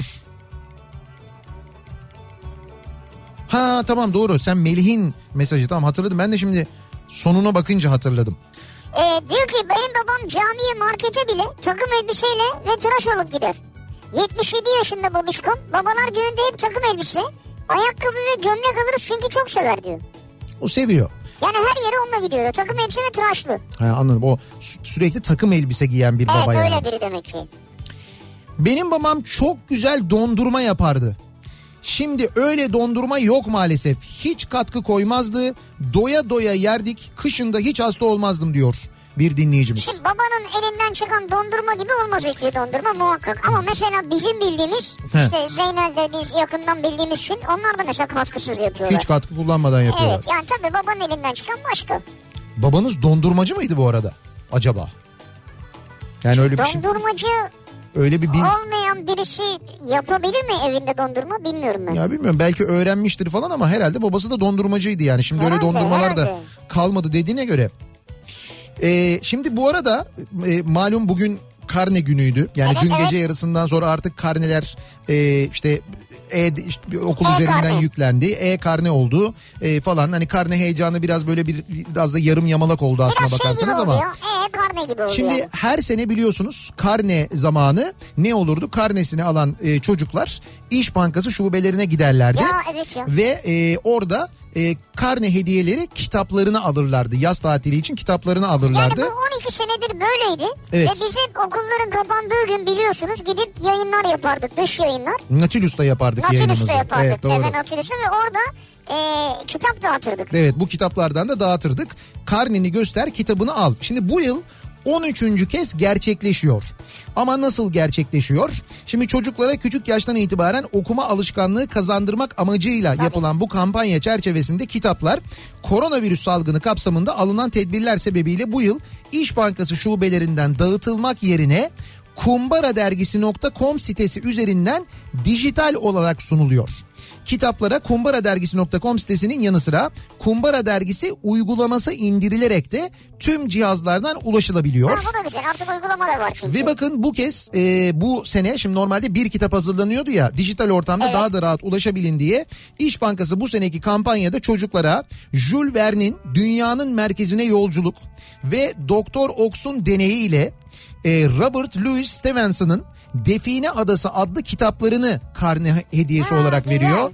Ha tamam doğru sen Melih'in mesajı tamam hatırladım. Ben de şimdi sonuna bakınca hatırladım. Ee, diyor ki benim babam camiye markete bile takım elbiseyle ve tıraş olup gider. yetmiş yedi yaşında babişkom. Babalar gününde hep takım elbise, ayakkabı ve gömlek alırız çünkü çok sever diyor. O seviyor. Yani her yere onunla gidiyor. Takım elbise ve tıraşlı. Ha, anladım. O sü- sürekli takım elbise giyen bir evet, baba yani. Evet öyle biri demek ki. Benim babam çok güzel dondurma yapardı. Şimdi öyle dondurma yok maalesef. Hiç katkı koymazdı. Doya doya yerdik. Kışında hiç hasta olmazdım diyor bir dinleyicimiz. Şimdi babanın elinden çıkan dondurma gibi olmaz hiçbir dondurma muhakkak. Ama mesela bizim bildiğimiz He. işte Zeynel'de biz yakından bildiğimiz için onlar da mesela katkısız yapıyorlar. Hiç katkı kullanmadan yapıyorlar. Evet yani tabii babanın elinden çıkan başka. Babanız dondurmacı mıydı bu arada acaba? Yani öyle bir şey. Dondurmacı Öyle bir bil... olmayan birisi yapabilir mi evinde dondurma bilmiyorum ben. Ya bilmiyorum belki öğrenmiştir falan ama herhalde babası da dondurmacıydı yani. Şimdi Herhalde, öyle dondurmalar da herhalde. kalmadı dediğine göre. Ee, şimdi bu arada e, malum bugün karne günüydü. Yani Evet, dün evet. gece yarısından sonra artık karneler e, işte e, işte okul E-karne. üzerinden yüklendi. E-karne oldu e, falan. Hani karne heyecanı biraz böyle bir biraz da yarım yamalak oldu aslına Biraz şey gibi bakarsanız ama. oluyor. Ee karne gibi oluyor. Şimdi her sene biliyorsunuz karne zamanı ne olurdu? Karnesini alan e, çocuklar İş Bankası şubelerine giderlerdi. Ya evet ya. Ve e, orada e, karne hediyeleri kitaplarını alırlardı. Yaz tatili için kitaplarını alırlardı. Yani bu on iki senedir böyleydi. Evet. Ve biz hep okulların kapandığı gün biliyorsunuz gidip yayınlar yapardık. Dış yayınlar. Nautilus'ta yapardık yayınımızı. Nautilus'ta yapardık. Evet, doğru. T V Nautilus'ta ve orada e, kitap dağıtırdık. Evet bu kitaplardan da dağıtırdık. Karneni göster kitabını al. Şimdi bu yıl on üçüncü kez gerçekleşiyor. Ama nasıl gerçekleşiyor? Şimdi çocuklara küçük yaştan itibaren okuma alışkanlığı kazandırmak amacıyla Tabii. yapılan bu kampanya çerçevesinde kitaplar koronavirüs salgını kapsamında alınan tedbirler sebebiyle bu yıl İş Bankası şubelerinden dağıtılmak yerine kumbara dergisi nokta com sitesi üzerinden dijital olarak sunuluyor. Kitaplara kumbara dergisi nokta com sitesinin yanı sıra Kumbara Dergisi uygulaması indirilerek de tüm cihazlardan ulaşılabiliyor. Ha, bu da güzel artık uygulama da var çünkü. Ve bakın bu kez e, bu sene şimdi normalde bir kitap hazırlanıyordu ya dijital ortamda Evet. daha da rahat ulaşabilin diye İş Bankası bu seneki kampanyada çocuklara Jules Verne'in Dünyanın Merkezine Yolculuk ve Doktor Ox'un deneyiyle e, Robert Louis Stevenson'ın Define Adası adlı kitaplarını karne hediyesi Ha, olarak güzel. veriyor.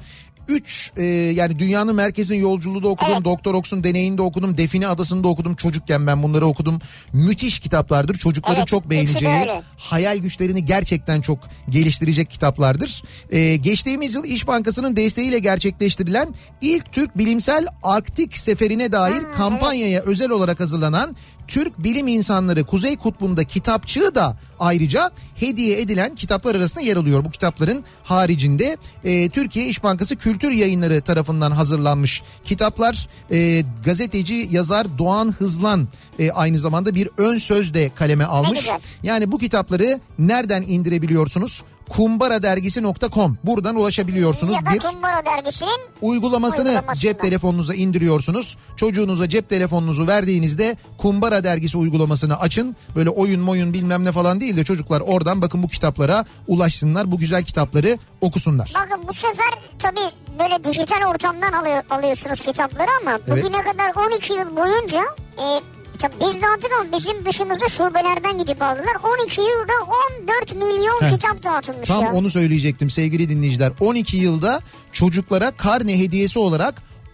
Üç e, yani Dünyanın Merkezine Yolculuğu da okudum. Evet. Doktor Ox'un Deneyini de okudum. Define Adası'nı da okudum. Çocukken ben bunları okudum. Müthiş kitaplardır. Çocukların Evet, çok ikisi de beğeneceği, öyle. hayal güçlerini gerçekten çok geliştirecek kitaplardır. E, geçtiğimiz yıl İş Bankası'nın desteğiyle gerçekleştirilen ilk Türk bilimsel Arktik seferine dair Ha, kampanyaya özel olarak hazırlanan Türk bilim insanları Kuzey Kutbu'nda kitapçığı da ayrıca hediye edilen kitaplar arasında yer alıyor. Bu kitapların haricinde e, Türkiye İş Bankası Kültür Yayınları tarafından hazırlanmış kitaplar. E, gazeteci yazar Doğan Hızlan e, aynı zamanda bir ön söz de kaleme almış. güzel. Yani bu kitapları nereden indirebiliyorsunuz? kumbara dergisi nokta com buradan ulaşabiliyorsunuz. Ya da Bir Kumbara dergisinin uygulamasını uygulamasından. cep telefonunuza indiriyorsunuz. Çocuğunuza cep telefonunuzu verdiğinizde Kumbara dergisi uygulamasını açın. Böyle oyun moyun bilmem ne falan değil de çocuklar oradan bakın bu kitaplara ulaşsınlar. Bu güzel kitapları okusunlar. Bakın bu sefer tabii böyle dijital ortamdan alıyor, alıyorsunuz kitapları ama Evet. bugüne kadar on iki yıl boyunca e, tabii biz dağıttık ama bizim dışımızda şubelerden gidip aldılar. on iki yılda on dört milyon Heh. kitap dağıtılmış Tam ya. onu söyleyecektim sevgili dinleyiciler. on iki yılda çocuklara karne hediyesi olarak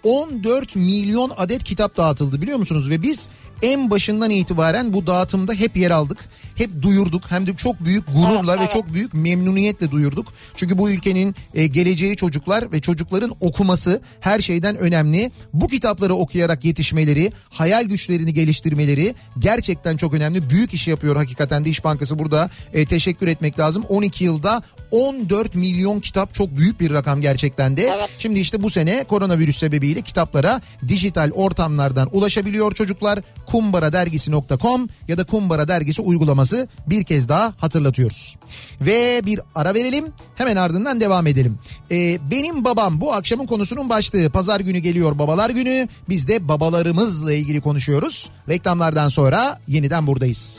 on dört milyon adet kitap dağıtıldı biliyor musunuz? Ve biz en başından itibaren bu dağıtımda hep yer aldık. Hep duyurduk, hem de çok büyük gururla evet, ve evet. çok büyük memnuniyetle duyurduk. Çünkü bu ülkenin e, geleceği çocuklar ve çocukların okuması her şeyden önemli. Bu kitapları okuyarak yetişmeleri, hayal güçlerini geliştirmeleri gerçekten çok önemli. Büyük iş yapıyor hakikaten de İş Bankası, burada e, teşekkür etmek lazım. on iki yılda on dört milyon kitap, çok büyük bir rakam gerçekten de. Evet. Şimdi işte bu sene koronavirüs sebebiyle kitaplara dijital ortamlardan ulaşabiliyor çocuklar. kumbara dergisi nokta com ya da Kumbara Dergisi uygulaması, bir kez daha hatırlatıyoruz. Ve bir ara verelim, hemen ardından devam edelim. Ee, benim babam bu akşamın konusunun başlığı. Pazar günü geliyor Babalar Günü. Biz de babalarımızla ilgili konuşuyoruz. Reklamlardan sonra yeniden buradayız.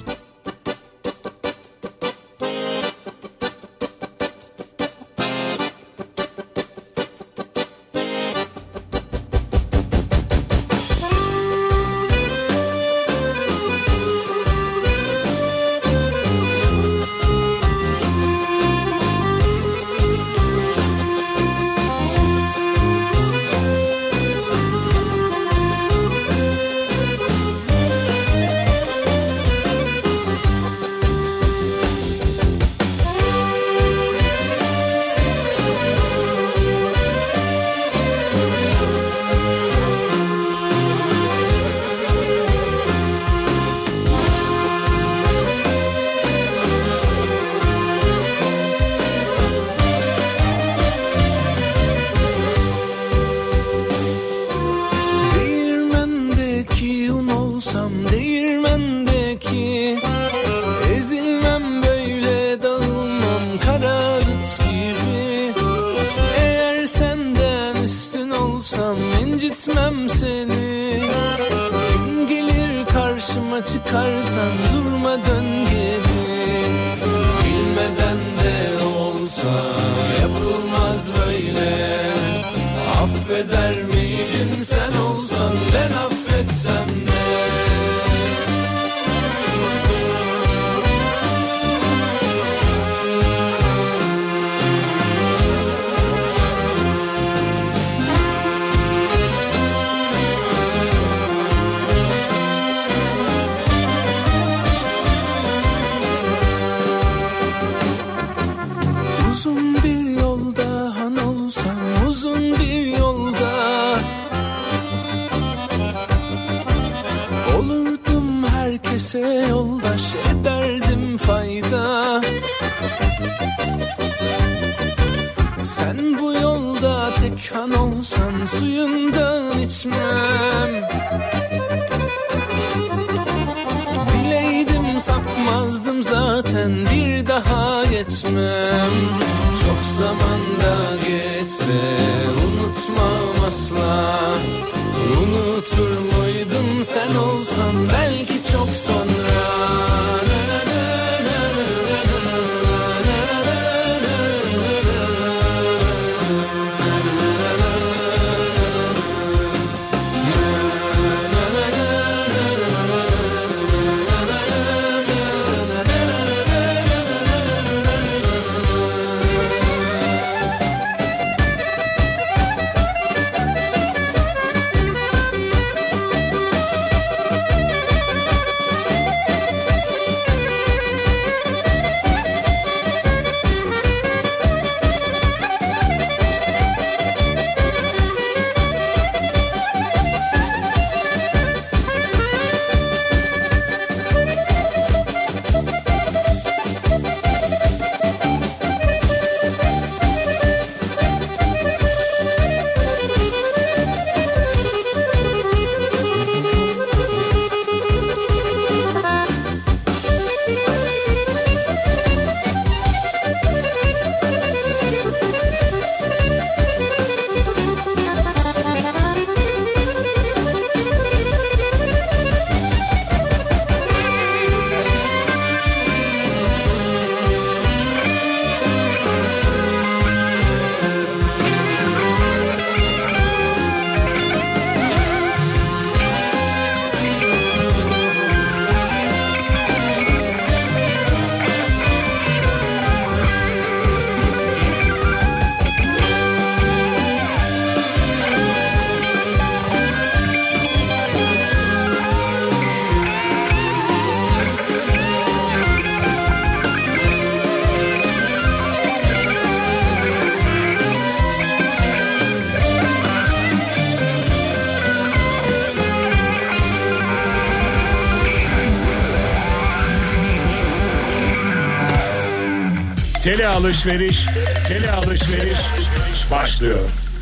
Tele alışveriş, tele alışveriş başlıyor.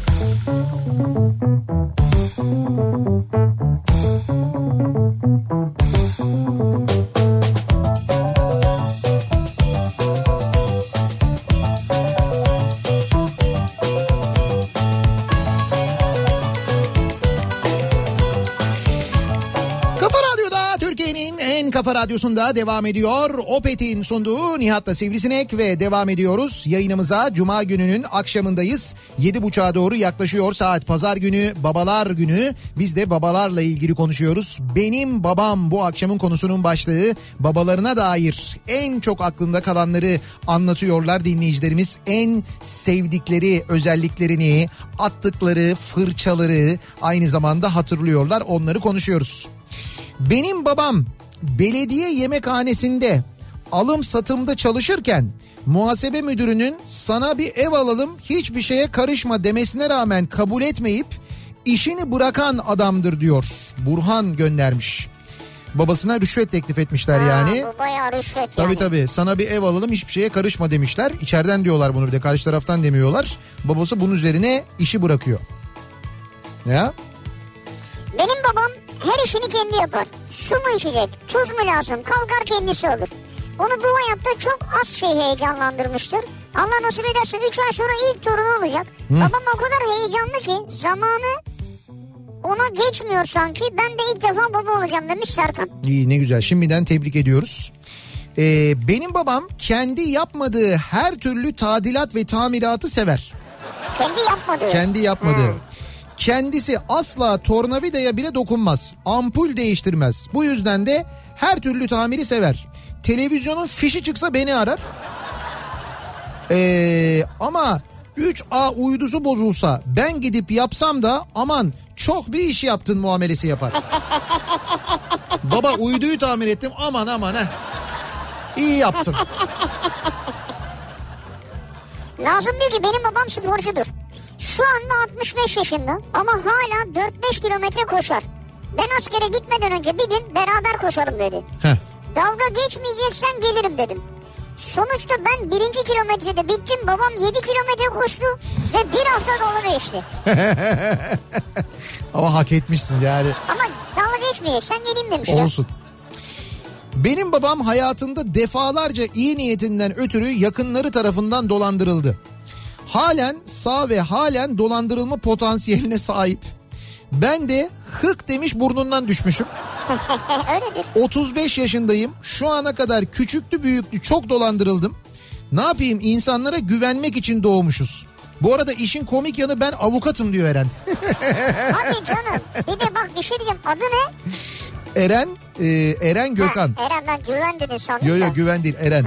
Kafa Radyosu'nda devam ediyor. Opet'in sunduğu Nihat'la Sivrisinek ve devam ediyoruz. Yayınımıza Cuma gününün akşamındayız. Yedi buçuğa doğru yaklaşıyor saat. Pazar günü Babalar Günü. Biz de babalarla ilgili konuşuyoruz. Benim babam bu akşamın konusunun başlığı. Babalarına dair en çok aklında kalanları anlatıyorlar dinleyicilerimiz. En sevdikleri özelliklerini, attıkları fırçaları aynı zamanda hatırlıyorlar. Onları konuşuyoruz. Benim babam belediye yemekhanesinde alım satımda çalışırken muhasebe müdürünün sana bir ev alalım hiçbir şeye karışma demesine rağmen kabul etmeyip işini bırakan adamdır diyor. Burhan göndermiş. Babasına rüşvet teklif etmişler ha, yani. Bu bayağı rüşvet tabii yani. Tabii sana bir ev alalım hiçbir şeye karışma demişler. İçeriden diyorlar bunu, bir de karşı taraftan demiyorlar. Babası bunun üzerine işi bırakıyor. Ya? Benim babam her işini kendi yapar. Su mu içecek, tuz mu lazım, kalkar kendisi alır. Onu bu hayatta çok az şey heyecanlandırmıştır. Allah nasip ederse üç ay sonra ilk torunu olacak. Hı. Babam o kadar heyecanlı ki zamanı ona geçmiyor sanki. Ben de ilk defa baba olacağım demiş Serkan. İyi, ne güzel, şimdiden tebrik ediyoruz. Ee, benim babam kendi yapmadığı her türlü tadilat ve tamiratı sever. Kendi yapmadığı? Kendi yapmadığı. Hı. Kendisi asla tornavidaya bile dokunmaz. Ampul değiştirmez. Bu yüzden de her türlü tamiri sever. Televizyonun fişi çıksa beni arar. Ee, ama üç A uydusu bozulsa ben gidip yapsam da aman çok bir iş yaptın muamelesi yapar. Baba uyduyu tamir ettim, aman aman heh. İyi yaptın. Lazım diyor ki benim babam sporcudur. Şu anda altmış beş yaşında ama hala dört beş kilometre koşar. Ben askere gitmeden önce bir gün beraber koşalım dedi. Heh. Dalga geçmeyeceksen gelirim dedim. Sonuçta ben birinci kilometrede bittim, babam yedi kilometre koştu ve bir hafta dolu geçti. Ama hak etmişsin yani. Ama dalga geçmeyeceksen geleyim demiş. Olsun. Benim babam hayatında defalarca iyi niyetinden ötürü yakınları tarafından dolandırıldı. Halen sağ ve halen dolandırılma potansiyeline sahip. Ben de hık demiş burnundan düşmüşüm. Öyledir. otuz beş yaşındayım. Şu ana kadar küçüklü büyüklü çok dolandırıldım. Ne yapayım, insanlara güvenmek için doğmuşuz. Bu arada işin komik yanı ben avukatım diyor Eren. Hadi canım. Bir de bak bir şey diyeceğim. Adı ne? Eren, e, Eren Gökhan. Ha, Eren, ben güven dedin sandım. Yok yok güven değil, Eren. Ha.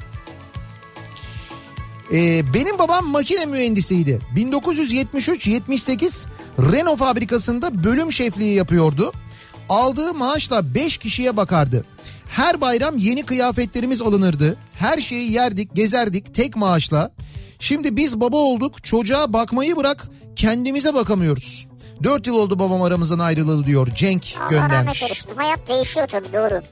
Ee, benim babam makine mühendisiydi. bin dokuz yüz yetmiş üç yetmiş sekiz Renault fabrikasında bölüm şefliği yapıyordu. Aldığı maaşla beş kişiye bakardı. Her bayram yeni kıyafetlerimiz alınırdı. Her şeyi yerdik, gezerdik tek maaşla. Şimdi biz baba olduk, çocuğa bakmayı bırak kendimize bakamıyoruz. Dört yıl oldu babam aramızdan ayrılalı diyor Cenk Allah göndermiş. rahmet eylesin. Hayat değişiyor tabii, doğru.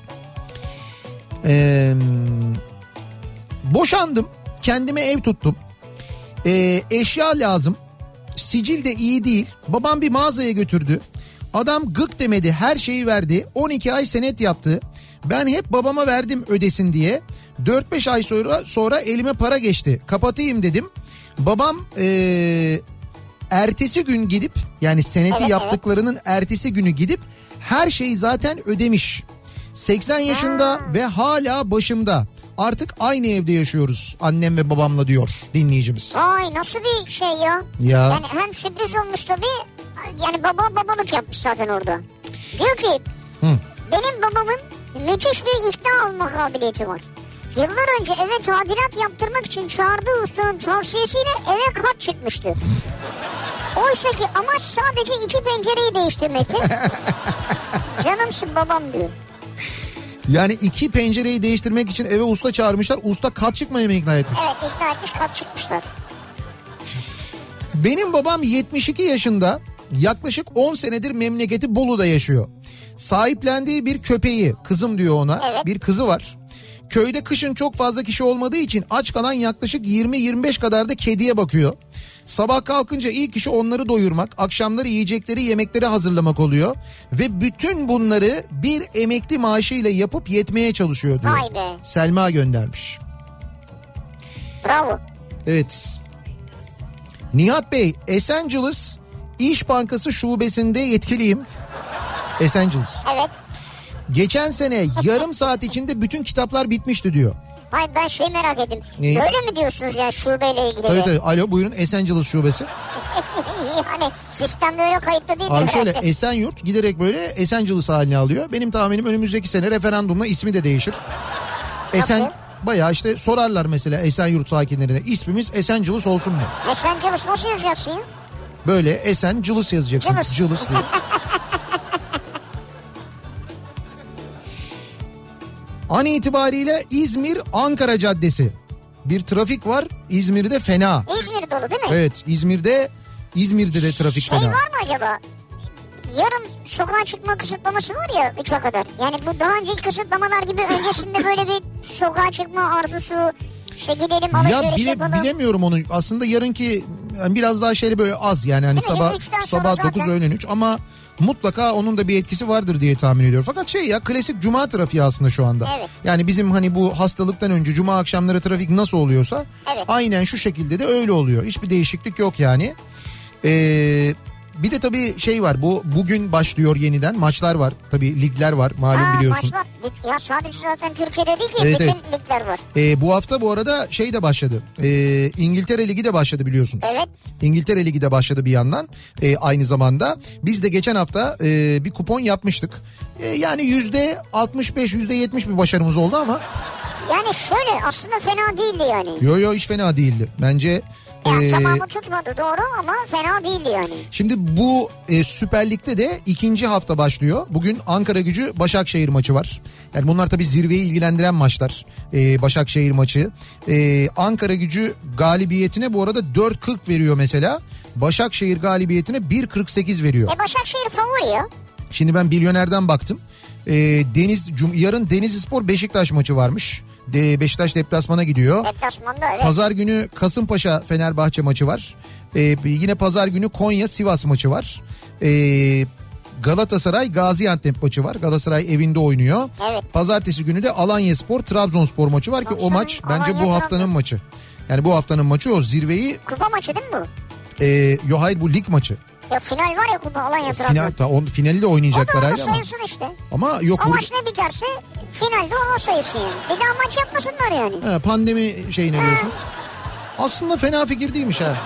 Ee, boşandım. Kendime ev tuttum. Ee, eşya lazım. Sicil de iyi değil. Babam bir mağazaya götürdü. Adam gık demedi, her şeyi verdi. on iki ay senet yaptı. Ben hep babama verdim ödesin diye. dört beş ay sonra sonra elime para geçti. Kapatayım dedim. Babam ee, ertesi gün gidip, yani seneti evet, yaptıklarının evet. ertesi günü gidip her şeyi zaten ödemiş. seksen yaşında ha. ve hala başımda. Artık aynı evde yaşıyoruz annem ve babamla diyor dinleyicimiz. Ay nasıl bir şey ya. Ya. Yani hem sürpriz olmuş tabii. Yani baba babalık yapmış zaten orada. Diyor ki Hı. benim babamın müthiş bir ikna alma kabiliyeti var. Yıllar önce eve tadilat yaptırmak için çağırdığı ustanın tavsiyesiyle eve kat çıkmıştı. Oysa ki amaç sadece iki pencereyi değiştirmekti. Canımsın babam diyor. Yani iki pencereyi değiştirmek için eve usta çağırmışlar. Usta kat çıkmaya mı ikna etmiş? Evet, ikna etmiş, kat çıkmışlar. Benim babam yetmiş iki yaşında, yaklaşık on senedir memleketi Bolu'da yaşıyor. Sahiplendiği bir köpeği, kızım diyor ona, evet. bir kızı var. Köyde kışın çok fazla kişi olmadığı için aç kalan yaklaşık yirmi yirmi beş kadar da kediye bakıyor. Sabah kalkınca ilk işi onları doyurmak, akşamları yiyecekleri yemekleri hazırlamak oluyor. Ve bütün bunları bir emekli maaşıyla yapıp yetmeye çalışıyor diyor. Vay be. Selma göndermiş. Bravo. Evet. Nihat Bey, Esenciles İş Bankası şubesinde yetkiliyim. Esenciles. Evet. Geçen sene yarım saat içinde bütün kitaplar bitmişti diyor. Hayır ben şey merak ettim. Neyi? Böyle mi diyorsunuz ya şubeyle ilgili? Tabii tabii. Alo buyurun, Esenciles şubesi. Yani sistemde öyle kayıtlı değil. Abi şöyle, Esenyurt giderek böyle Esenciles haline alıyor. Benim tahminim önümüzdeki sene referandumla ismi de değişir. Esen Nasıl? bayağı işte sorarlar mesela Esenyurt sakinlerine, ismimiz Esenciles olsun mu? Esenciles nasıl yazacaksın ya? Böyle Esenciles yazacaksın. Cılız. Cılız diye. An itibariyle İzmir-Ankara Caddesi. Bir trafik var. İzmir'de fena. İzmir dolu değil mi? Evet, İzmir'de İzmir'de de trafik şey fena. Şey var mı acaba? Yarın sokağa çıkma kısıtlaması var ya üçe kadar. Yani bu daha önceki kısıtlamalar gibi öncesinde böyle bir sokağa çıkma arzusu, işte gidelim alışveriş Ya bile, yapalım. bilemiyorum onu. Aslında yarınki yani biraz daha şeyle böyle az yani hani sabah sabah dokuz öğlen üç ama mutlaka onun da bir etkisi vardır diye tahmin ediyorum. Fakat şey ya, klasik cuma trafiği aslında şu anda. Evet. Yani bizim hani bu hastalıktan önce cuma akşamları trafik nasıl oluyorsa evet. aynen şu şekilde de öyle oluyor. Hiçbir değişiklik yok yani. Eee Bir de tabii şey var, bu bugün başlıyor yeniden maçlar var tabii, ligler var malum ha, biliyorsun. Maçlar ya sadece zaten Türkiye'de değil ki evet, bütün evet. ligler var. Ee, bu hafta bu arada şey de başladı, ee, İngiltere Ligi de başladı biliyorsunuz. Evet. İngiltere Ligi de başladı bir yandan ee, aynı zamanda. Biz de geçen hafta ee, bir kupon yapmıştık. Ee, yani yüzde altmış beş yüzde yetmiş bir başarımız oldu ama. Yani şöyle aslında fena değildi yani. Yo yo hiç fena değildi bence. Yani Ee, tamamı tutmadı doğru ama fena değildi yani. Şimdi bu e, Süper Lig'de de ikinci hafta başlıyor. Bugün Ankaragücü Başakşehir maçı var. Yani bunlar tabii zirveyi ilgilendiren maçlar. E, Başakşehir maçı. E, Ankaragücü galibiyetine bu arada dört kırk veriyor mesela. Başakşehir galibiyetine bir kırk sekiz veriyor. E Başakşehir favori ya. Şimdi ben Bilyoner'den baktım. E, Deniz cum, yarın Denizlispor Beşiktaş maçı varmış. De, Beşiktaş deplasmana gidiyor. Deplasmanda evet. Pazar günü Kasımpaşa Fenerbahçe maçı var. Ee, yine pazar günü Konya Sivas maçı var. Ee, Galatasaray Gaziantep maçı var. Galatasaray evinde oynuyor. Evet. Pazartesi günü de Alanyaspor Trabzonspor maçı var ki o maç bence bu haftanın maçı. Yani bu haftanın maçı o, zirveyi. Kupa maçı değil mi bu? Ee, yo hayır, bu lig maçı. Ya final var ya kupa Alanya Trabzon. Final, ta, on, finali de oynayacaklar. O da orada sayılsın işte. Ama yok. O maç ne biterse finalde o sayılsın yani. Bir daha maç yapmasınlar yani. He, pandemi şeyine diyorsun. Aslında fena fikir değilmiş ha.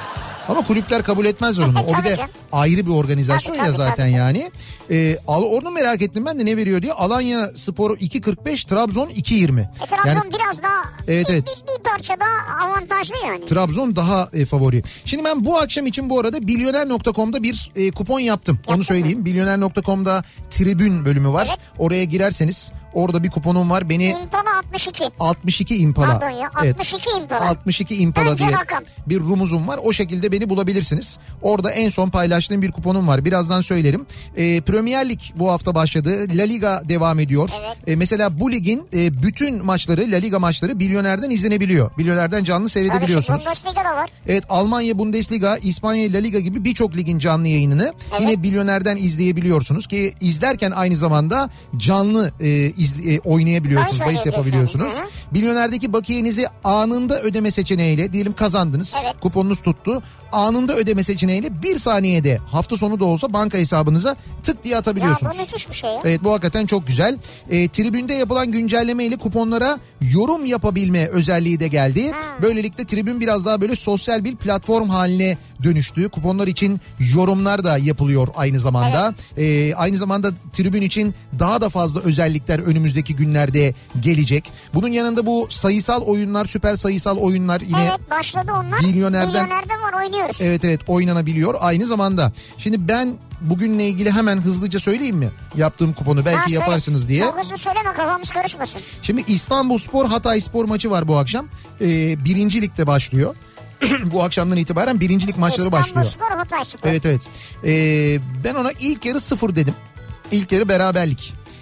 Ama kulüpler kabul etmez onu. O bir de ayrı bir organizasyon tabii, tabii, ya zaten tabii. yani. Ee, onu merak ettim ben de ne veriyor diye. Alanya Sporu iki kırk beş, Trabzon iki yirmi. E, Trabzon yani, biraz daha evet, bir, evet. bir, bir parça daha avantajlı yani. Trabzon daha e, favori. Şimdi ben bu akşam için bu arada Bilyoner nokta com'da bir e, kupon yaptım. Yaptın onu söyleyeyim. Bilyoner nokta com'da tribün bölümü var. Evet. Oraya girerseniz orada bir kuponum var. Beni İmpala altmış iki. altmış iki Impala. Pardon ya altmış iki evet. Impala. altmış iki Impala Önce diye rakam. bir rumuzum var. O şekilde beni bulabilirsiniz. Orada en son paylaştığım bir kuponum var. Birazdan söylerim. E, Premier Lig bu hafta başladı. La Liga devam ediyor. Evet. E, mesela bu ligin e, bütün maçları, La Liga maçları Bilyoner'den izlenebiliyor. Bilyoner'den canlı seyredebiliyorsunuz. Tabii, Bundesliga da var. Evet, Almanya Bundesliga, İspanya La Liga gibi birçok ligin canlı yayınını evet. yine Bilyoner'den izleyebiliyorsunuz ki izlerken aynı zamanda canlı e, izle, e, oynayabiliyorsunuz, bahis yapabiliyorsunuz. Hı hı. Bilyoner'deki bakiyenizi anında ödeme seçeneğiyle diyelim kazandınız. Evet. Kuponunuz tuttu. Anında ödeme seçeneğiyle bir saniyede hafta sonu da olsa banka hesabınıza tık diye atabiliyorsunuz. Ya bu müthiş bir şey ya. Evet, bu hakikaten çok güzel. E, tribünde yapılan güncelleme ile kuponlara yorum yapabilme özelliği de geldi. Ha. Böylelikle tribün biraz daha böyle sosyal bir platform haline dönüştü. Kuponlar için yorumlar da yapılıyor aynı zamanda. Evet. E, aynı zamanda tribün için daha da fazla özellikler önümüzdeki günlerde gelecek. Bunun yanında bu sayısal oyunlar, süper sayısal oyunlar yine evet, başladı onlar. Bilyoner'den, Bilyoner'de var, oynuyoruz. Evet evet oynanabiliyor aynı zamanda. Şimdi ben bugünle ilgili hemen hızlıca söyleyeyim mi? Yaptığım kuponu belki ha, yaparsınız diye. Çok hızlı söyleme, kafamız karışmasın. Şimdi İstanbulspor Hatayspor maçı var bu akşam. Ee, birinci ligde başlıyor. Bu akşamdan itibaren birinci lig maçları başlıyor. İstanbulspor Hatayspor. Evet evet. Ee, ben ona ilk yarı sıfır dedim. İlk yarı beraberlik.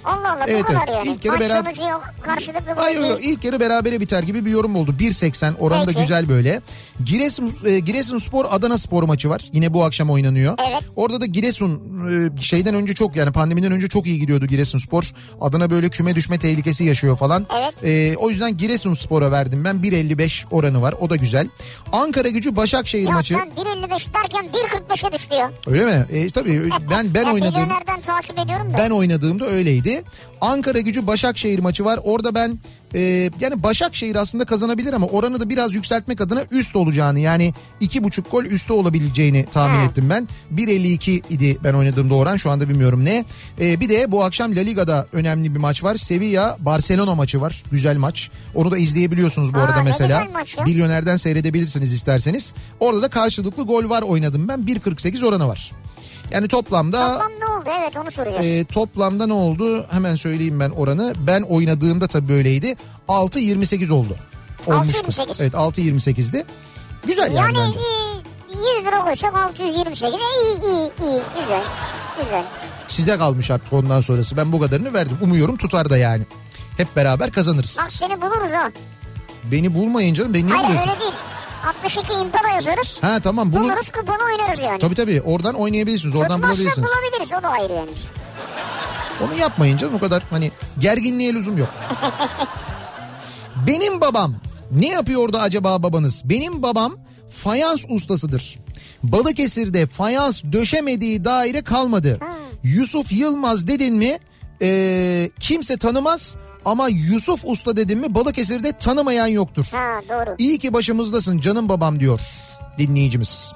Allah Allah evet, bu kadar evet. yani. İlk kere Maç beraber... sonucu yok. Karşılıklı Hayır yok, ilk kere berabere biter gibi bir yorum oldu. bir seksen oranı da güzel böyle. Giresun, e, Giresunspor Adana Spor maçı var. Yine bu akşam oynanıyor. Evet. Orada da Giresun e, şeyden önce çok yani pandemiden önce çok iyi gidiyordu Giresunspor. Adana böyle küme düşme tehlikesi yaşıyor falan. Evet. E, o yüzden Giresunspor'a verdim ben. bir elli beş oranı var. O da güzel. Ankara Gücü Başakşehir ya maçı. Ya sen bir elli beş derken bir kırk beşe düştü ya. Öyle mi? E, tabii ben ben oynadım. Milyonerden takip ediyorum da. Ben oynadığımda öyleydi. Ankara Gücü Başakşehir maçı var. Orada ben e, yani Başakşehir aslında kazanabilir ama oranı da biraz yükseltmek adına üst olacağını yani iki buçuk gol üstü olabileceğini tahmin hmm. ettim ben. bir elli iki idi ben oynadığımda oran, şu anda bilmiyorum ne. E, bir de bu akşam La Liga'da önemli bir maç var. Sevilla Barcelona maçı var. Güzel maç. Onu da izleyebiliyorsunuz bu Aa, arada mesela. Milyoner'den seyredebilirsiniz isterseniz. Orada da karşılıklı gol var oynadım ben. bir kırk sekiz oranı var. Yani toplamda... Toplam ne oldu? Evet onu soracağız. E, toplamda ne oldu? Hemen söyleyeyim ben oranı. Ben oynadığımda tabii böyleydi. altı yirmi sekiz oldu. altı yirmi sekiz. Evet altı yirmi sekizdi. Güzel yani. Yani e, yüz lira koysak altı yüz yirmi sekiz. İyi iyi iyi. Güzel. Güzel. Size kalmış artık ondan sonrası. Ben bu kadarını verdim. Umuyorum tutar da yani. Hep beraber kazanırız. Bak seni buluruz ha. Beni bulmayın canım. Beni niye Hayır buluyorsun? öyle değil. altmış iki Impala yazarız. Ha tamam. Bulur. Buluruz kuponu oynarız yani. Tabii tabii. Oradan oynayabilirsiniz. Oradan Tutmazsa bulabilirsiniz. bulabiliriz. O da ayrı yani. Onu yapmayın canım o kadar. Hani gerginliğe lüzum yok. Benim babam. Ne yapıyordu acaba babanız? Benim babam fayans ustasıdır. Balıkesir'de fayans döşemediği daire kalmadı. Hmm. Yusuf Yılmaz dedin mi e, kimse tanımaz. Ama Yusuf Usta dedin mi Balıkesir'de tanımayan yoktur. Ha doğru. İyi ki başımızdasın canım babam diyor dinleyicimiz.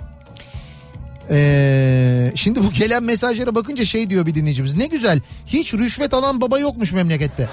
Ee, şimdi bu gelen mesajlara bakınca şey diyor bir dinleyicimiz. Ne güzel, hiç rüşvet alan baba yokmuş memlekette.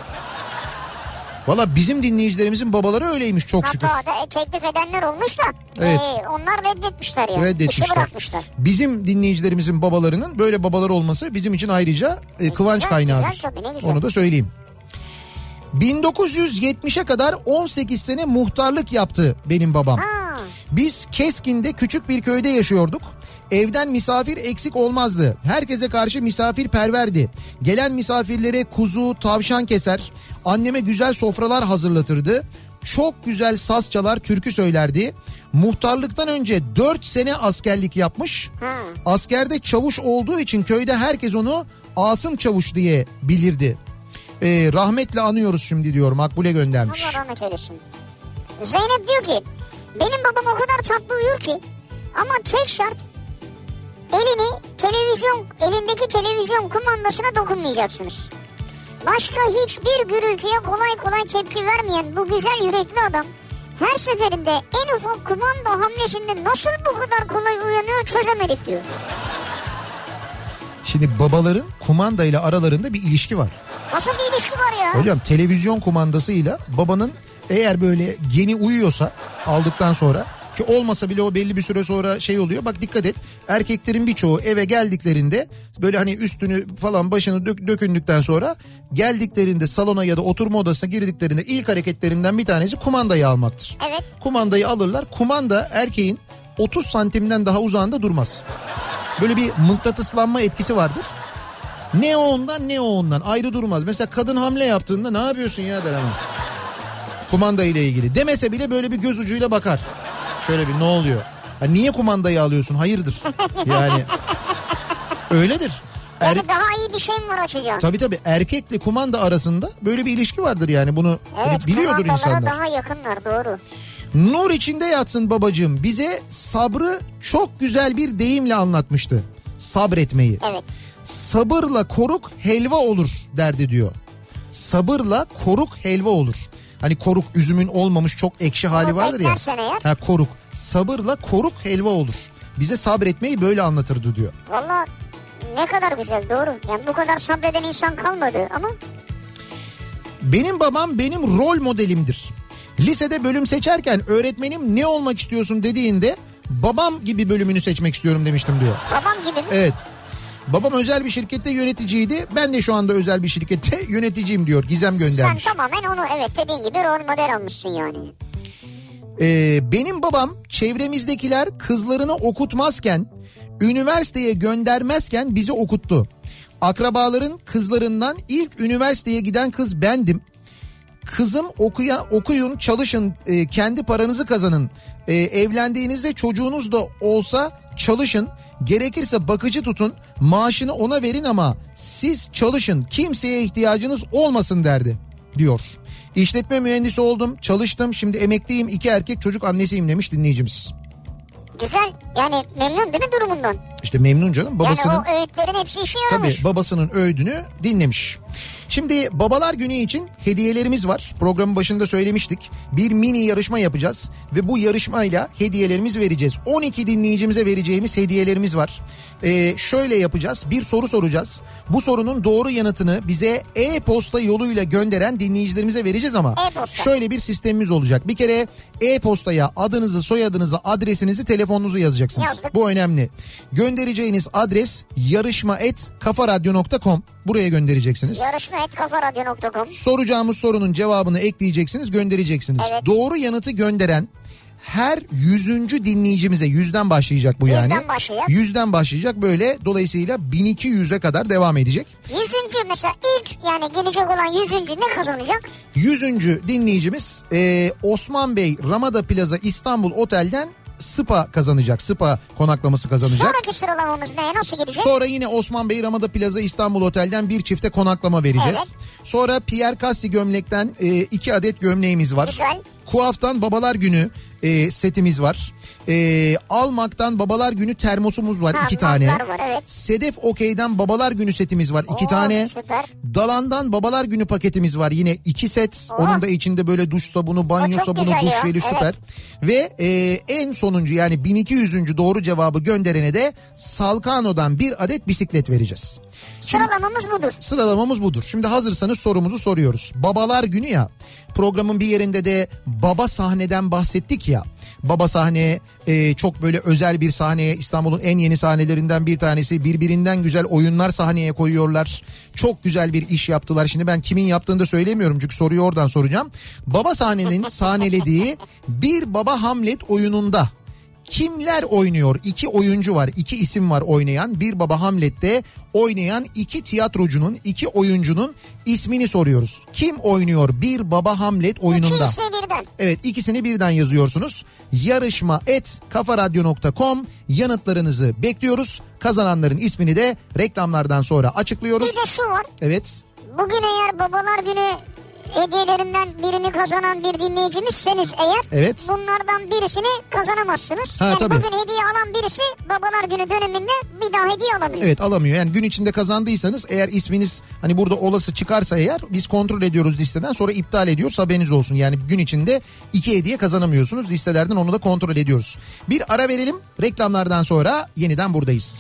Valla bizim dinleyicilerimizin babaları öyleymiş çok şükür. Hatta da teklif edenler olmuş da evet. e, onlar reddetmişler yani. Reddetmişler. İşi bırakmışlar. Bizim dinleyicilerimizin babalarının böyle babalar olması bizim için ayrıca e, kıvanç güzel, kaynağıdır. Güzel, tabii, ne güzel. Onu da söyleyeyim. bin dokuz yüz yetmişe kadar on sekiz sene muhtarlık yaptı benim babam. Ha. Biz Keskin'de küçük bir köyde yaşıyorduk. Evden misafir eksik olmazdı. Herkese karşı misafirperverdi. Gelen misafirlere kuzu, tavşan keser. Anneme güzel sofralar hazırlatırdı. Çok güzel saz çalar, türkü söylerdi. Muhtarlıktan önce dört sene askerlik yapmış. Ha. Askerde çavuş olduğu için köyde herkes onu Asım Çavuş diye bilirdi. Ee, rahmetle anıyoruz şimdi diyor, Makbule göndermiş. Allah rahmet eylesin. Zeynep diyor ki benim babam o kadar tatlı uyur ki ama tek şart elini televizyon elindeki televizyon kumandasına dokunmayacaksınız. Başka hiçbir gürültüye kolay kolay tepki vermeyen bu güzel yürekli adam her seferinde en ufak kumanda hamlesinde nasıl bu kadar kolay uyanıyor çözemedik diyor. Şimdi babaların kumandayla aralarında bir ilişki var. Nasıl bir ilişki var ya? Hocam televizyon kumandasıyla babanın eğer böyle geni uyuyorsa aldıktan sonra, ki olmasa bile o belli bir süre sonra şey oluyor. Bak dikkat et, erkeklerin birçoğu eve geldiklerinde böyle hani üstünü falan başını dök, dökündükten sonra geldiklerinde salona ya da oturma odasına girdiklerinde ilk hareketlerinden bir tanesi kumandayı almaktır. Evet. Kumandayı alırlar. Kumanda erkeğin otuz santimden daha uzağında durmaz. Böyle bir mıknatıslanma etkisi vardır. Ne o ondan ne o ondan ayrı durmaz. Mesela kadın hamle yaptığında ne yapıyorsun ya der hemen. Kumanda ile ilgili. Demese bile böyle bir göz ucuyla bakar. Şöyle bir ne oluyor? Ha, niye kumandayı alıyorsun? Hayırdır? Yani öyledir. Er... Yani daha iyi bir şey mi var açacağım? Tabii tabii, erkekle kumanda arasında böyle bir ilişki vardır yani, bunu evet, hani biliyordur insanlar. Evet, daha yakınlar, doğru. Nur içinde yatsın babacığım bize sabrı çok güzel bir deyimle anlatmıştı. Sabretmeyi. Evet. Sabırla koruk helva olur derdi diyor. Sabırla koruk helva olur. Hani koruk üzümün olmamış çok ekşi hali Onu vardır ya. Ha, koruk. Sabırla koruk helva olur. Bize sabretmeyi böyle anlatırdı diyor. Vallahi ne kadar güzel, doğru. Yani bu kadar sabreden insan kalmadı ama. Benim babam benim rol modelimdir. Lisede bölüm seçerken öğretmenim ne olmak istiyorsun dediğinde babam gibi bölümünü seçmek istiyorum demiştim diyor. Babam gibi mi? Evet. Babam özel bir şirkette yöneticiydi. Ben de şu anda özel bir şirkette yöneticiyim diyor. Gizem göndermiş. Sen tamamen onu evet dediğin gibi rol model almışsın yani. Ee, benim babam çevremizdekiler kızlarını okutmazken, üniversiteye göndermezken bizi okuttu. Akrabaların kızlarından ilk üniversiteye giden kız bendim. Kızım okuya, okuyun, çalışın, e, kendi paranızı kazanın. E, evlendiğinizde çocuğunuz da olsa çalışın. Gerekirse bakıcı tutun, maaşını ona verin ama siz çalışın, kimseye ihtiyacınız olmasın derdi diyor. İşletme mühendisi oldum, çalıştım, şimdi emekliyim, iki erkek çocuk annesiyim demiş dinleyicimiz. Güzel, yani memnun değil mi durumundan? İşte memnun canım, babasının. Yani o öğütlerin hepsi işe yaramış. Tabii, babasının öğüdünü dinlemiş. Şimdi babalar günü için hediyelerimiz var. Programın başında söylemiştik. Bir mini yarışma yapacağız ve bu yarışmayla hediyelerimizi vereceğiz. on iki dinleyicimize vereceğimiz hediyelerimiz var. Ee, şöyle yapacağız. Bir soru soracağız. Bu sorunun doğru yanıtını bize e-posta yoluyla gönderen dinleyicilerimize vereceğiz ama e-posta. Şöyle bir sistemimiz olacak. Bir kere e-postaya adınızı, soyadınızı, adresinizi, telefonunuzu yazacaksınız. Yazdık. Bu önemli. Göndereceğiniz adres yarışma et kafaradyo nokta com. Buraya göndereceksiniz. yarışma et kafaradyo nokta com. Soracağımız sorunun cevabını ekleyeceksiniz, göndereceksiniz. Evet. Doğru yanıtı gönderen her yüzüncü dinleyicimize, yüzden başlayacak bu yani. Yüzden başlayacak. Yüzden başlayacak, böyle dolayısıyla bin iki yüze kadar devam edecek. Yüzüncü mesela ilk yani gelecek olan yüzüncü ne kazanacak? Yüzüncü dinleyicimiz e, Osman Bey Ramada Plaza İstanbul Otel'den spa kazanacak. Spa konaklaması kazanacak. Sonraki sıralamamız neye, nasıl gidecek? Sonra yine Osman Bey Ramada Plaza İstanbul Otel'den bir çifte konaklama vereceğiz. Evet. Sonra Pierre Cassi gömlekten e, iki adet gömleğimiz var. Güzel. Kuaf'tan Babalar Günü e, setimiz var. E, Almak'tan Babalar Günü termosumuz var, Ha, iki tane. var, evet. Sedef Okey'den Babalar Günü setimiz var, iki Oo, tane. süper. Dalan'dan Babalar Günü paketimiz var, yine iki set. Oo. Onun da içinde böyle duş sabunu, banyo çok sabunu, güzel duş ya, jeli, evet. süper. Ve e, en sonuncu yani bin iki yüzüncü doğru cevabı gönderene de Salkano'dan bir adet bisiklet vereceğiz. Sıralamamız budur. Sıralamamız budur. Şimdi hazırsanız sorumuzu soruyoruz. Babalar Günü ya, programın bir yerinde de baba sahneden bahsettik ya. Baba sahne e, çok böyle özel bir sahneye, İstanbul'un en yeni sahnelerinden bir tanesi. Birbirinden güzel oyunlar sahneye koyuyorlar. Çok güzel bir iş yaptılar. Şimdi ben kimin yaptığını da söylemiyorum çünkü soruyu oradan soracağım. Baba sahnenin sahnelediği Bir Baba Hamlet oyununda kimler oynuyor? İki oyuncu var, iki isim var oynayan. Bir Baba Hamlet'te oynayan iki tiyatrocunun, iki oyuncunun ismini soruyoruz. Kim oynuyor Bir Baba Hamlet oyununda? İki ismi birden. Evet, ikisini birden yazıyorsunuz. Yarışma et kafaradyo nokta com, yanıtlarınızı bekliyoruz. Kazananların ismini de reklamlardan sonra açıklıyoruz. Bir de şu var. Evet. Bugün eğer Babalar Günü hediyelerinden birini kazanan bir dinleyicimizseniz eğer, Evet. bunlardan birisini kazanamazsınız. Ha, yani tabii. bugün hediye alan birisi Babalar Günü döneminde bir daha hediye alamıyor. Evet, alamıyor. Yani gün içinde kazandıysanız eğer isminiz hani burada olası çıkarsa eğer biz kontrol ediyoruz listeden, sonra iptal ediyoruz, haberiniz olsun. Yani gün içinde iki hediye kazanamıyorsunuz listelerden, onu da kontrol ediyoruz. Bir ara verelim, reklamlardan sonra yeniden buradayız.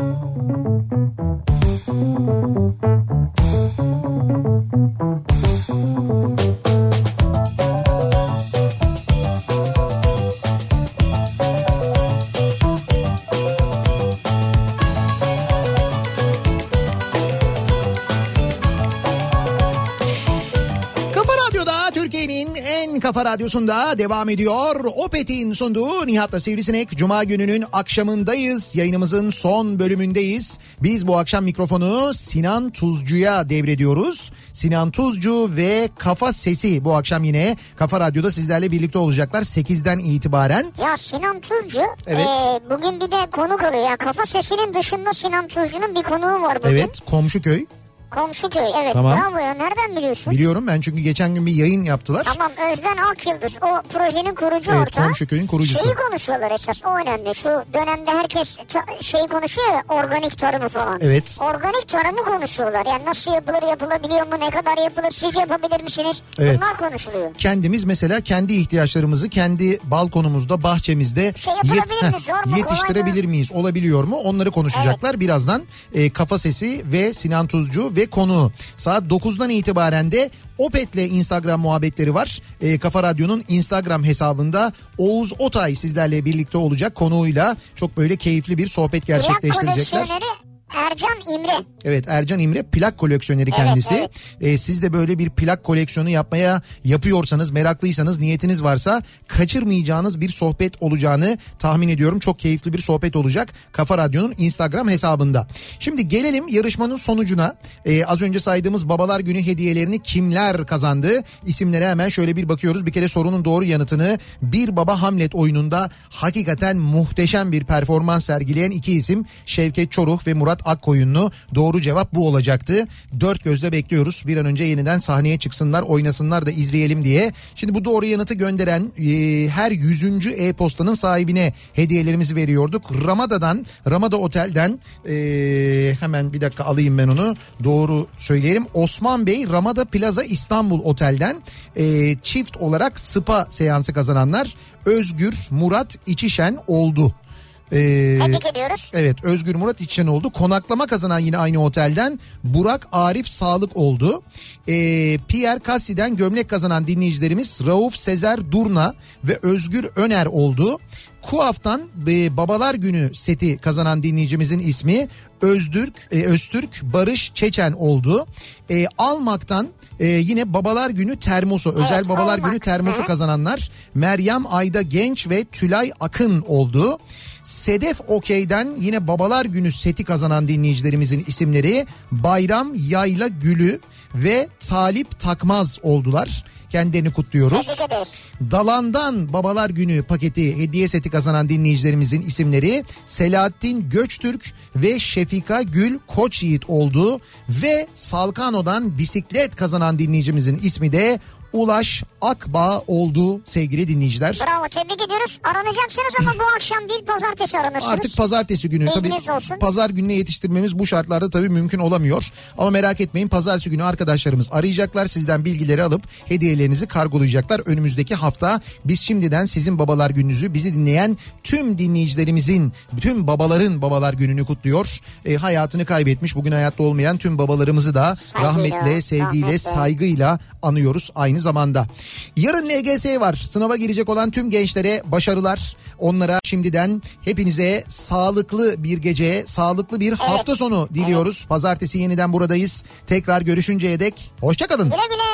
Kafa Radyosu'nda devam ediyor. Opet'in sunduğu Nihat'la Sivrisinek. Cuma gününün akşamındayız. Yayınımızın son bölümündeyiz. Biz bu akşam mikrofonu Sinan Tuzcu'ya devrediyoruz. Sinan Tuzcu ve Kafa Sesi bu akşam yine Kafa Radyo'da sizlerle birlikte olacaklar sekizden itibaren. Ya Sinan Tuzcu, evet. e, bugün bir de konuk alıyor. Ya Kafa Sesi'nin dışında Sinan Tuzcu'nun bir konuğu var bugün. Evet, Komşuköy. Komşuköy, evet. Tamam. Bravo ya, nereden biliyorsun? Biliyorum ben, çünkü geçen gün bir yayın yaptılar. Tamam, Özden Akyıldız o projenin kurucu evet, ortağı. Komşuköy'ün kurucusu. Şeyi konuşuyorlar esas, o önemli. Şu dönemde herkes şeyi konuşuyor ya, organik tarımı falan. Evet. Organik tarımı konuşuyorlar. Yani nasıl yapılır, yapılabiliyor mu, ne kadar yapılır, siz yapabilir misiniz? Evet. Bunlar konuşuluyor. Kendimiz mesela kendi ihtiyaçlarımızı kendi balkonumuzda, bahçemizde şey yapılabilir mi, zor mu, yetiştirebilir miyiz, olabiliyor mu? Onları konuşacaklar. Evet. Birazdan e, Kafa Sesi ve Sinan Tuzcu ve konuğu. Saat dokuzdan itibaren de Opet'le Instagram muhabbetleri var. E, Kafa Radyo'nun Instagram hesabında Oğuz Otay sizlerle birlikte olacak, konuğuyla çok böyle keyifli bir sohbet gerçekleştirecekler. Plak koleksiyoneri Ercan İmre. Evet, Ercan İmre plak koleksiyoneri kendisi. Evet, evet. Ee, siz de böyle bir plak koleksiyonu yapmaya yapıyorsanız, meraklıysanız, niyetiniz varsa kaçırmayacağınız bir sohbet olacağını tahmin ediyorum. Çok keyifli bir sohbet olacak Kafa Radyo'nun Instagram hesabında. Şimdi gelelim yarışmanın sonucuna. Ee, az önce saydığımız Babalar Günü hediyelerini kimler kazandı? İsimlere hemen şöyle bir bakıyoruz. Bir kere sorunun doğru yanıtını Bir Baba Hamlet oyununda hakikaten muhteşem bir performans sergileyen iki isim Şevket Çoruh ve Murat Akkoyunlu. Doğru cevap bu olacaktı. Dört gözle bekliyoruz. Bir an önce yeniden sahneye çıksınlar, oynasınlar da izleyelim diye. Şimdi bu doğru yanıtı gönderen e, her yüzüncü e-postanın sahibine hediyelerimizi veriyorduk. Ramada'dan, Ramada Otel'den e, hemen bir dakika alayım ben onu. Doğru söyleyelim. Osman Bey Ramada Plaza İstanbul Otel'den e, çift olarak spa seansı kazananlar Özgür, Murat İçişen oldu. Ee, Tebrik ediyoruz. Evet, Özgür Murat İçişen oldu. Konaklama kazanan yine aynı otelden Burak Arif Sağlık oldu. Ee, Pierre Cassi'den gömlek kazanan dinleyicilerimiz Rauf Sezer Durna ve Özgür Öner oldu. Kuaf'tan e, Babalar Günü seti kazanan dinleyicimizin ismi Özdürk, e, Öztürk Barış Çeçen oldu. E, Almak'tan e, yine Babalar Günü termosu, evet, özel Babalar Günü termosu Hı-hı. kazananlar Meryem Ayda Genç ve Tülay Akın oldu. Sedef Okey'den yine Babalar Günü seti kazanan dinleyicilerimizin isimleri Bayram Yayla Gülü ve Talip Takmaz oldular. Kendilerini kutluyoruz. Dalan'dan Babalar Günü paketi hediye seti kazanan dinleyicilerimizin isimleri Selahattin Göçtürk ve Şefika Gül Koçyiğit oldu. Ve Salkano'dan bisiklet kazanan dinleyicimizin ismi de Ulaş Akbağ oldu sevgili dinleyiciler. Bravo, tebrik ediyoruz. Aranacaksınız ama bu akşam değil, pazartesi aranırsınız. Artık pazartesi günü. Bilginiz tabii olsun. Pazar gününe yetiştirmemiz bu şartlarda tabii mümkün olamıyor. Ama merak etmeyin, pazartesi günü arkadaşlarımız arayacaklar. Sizden bilgileri alıp hediyelerinizi kargolayacaklar. Önümüzdeki hafta biz şimdiden sizin Babalar Gününüzü, bizi dinleyen tüm dinleyicilerimizin, tüm babaların Babalar Gününü kutluyor. E, hayatını kaybetmiş, bugün hayatta olmayan tüm babalarımızı da saygıyla, rahmetle, sevgiyle, rahmetle. saygıyla anıyoruz aynı zamanda. Yarın L G S var. Sınava girecek olan tüm gençlere başarılar. Onlara şimdiden hepinize sağlıklı bir gece, sağlıklı bir evet. hafta sonu diliyoruz. Evet. Pazartesi yeniden buradayız. Tekrar görüşünceye dek hoşça kalın. Güle güle.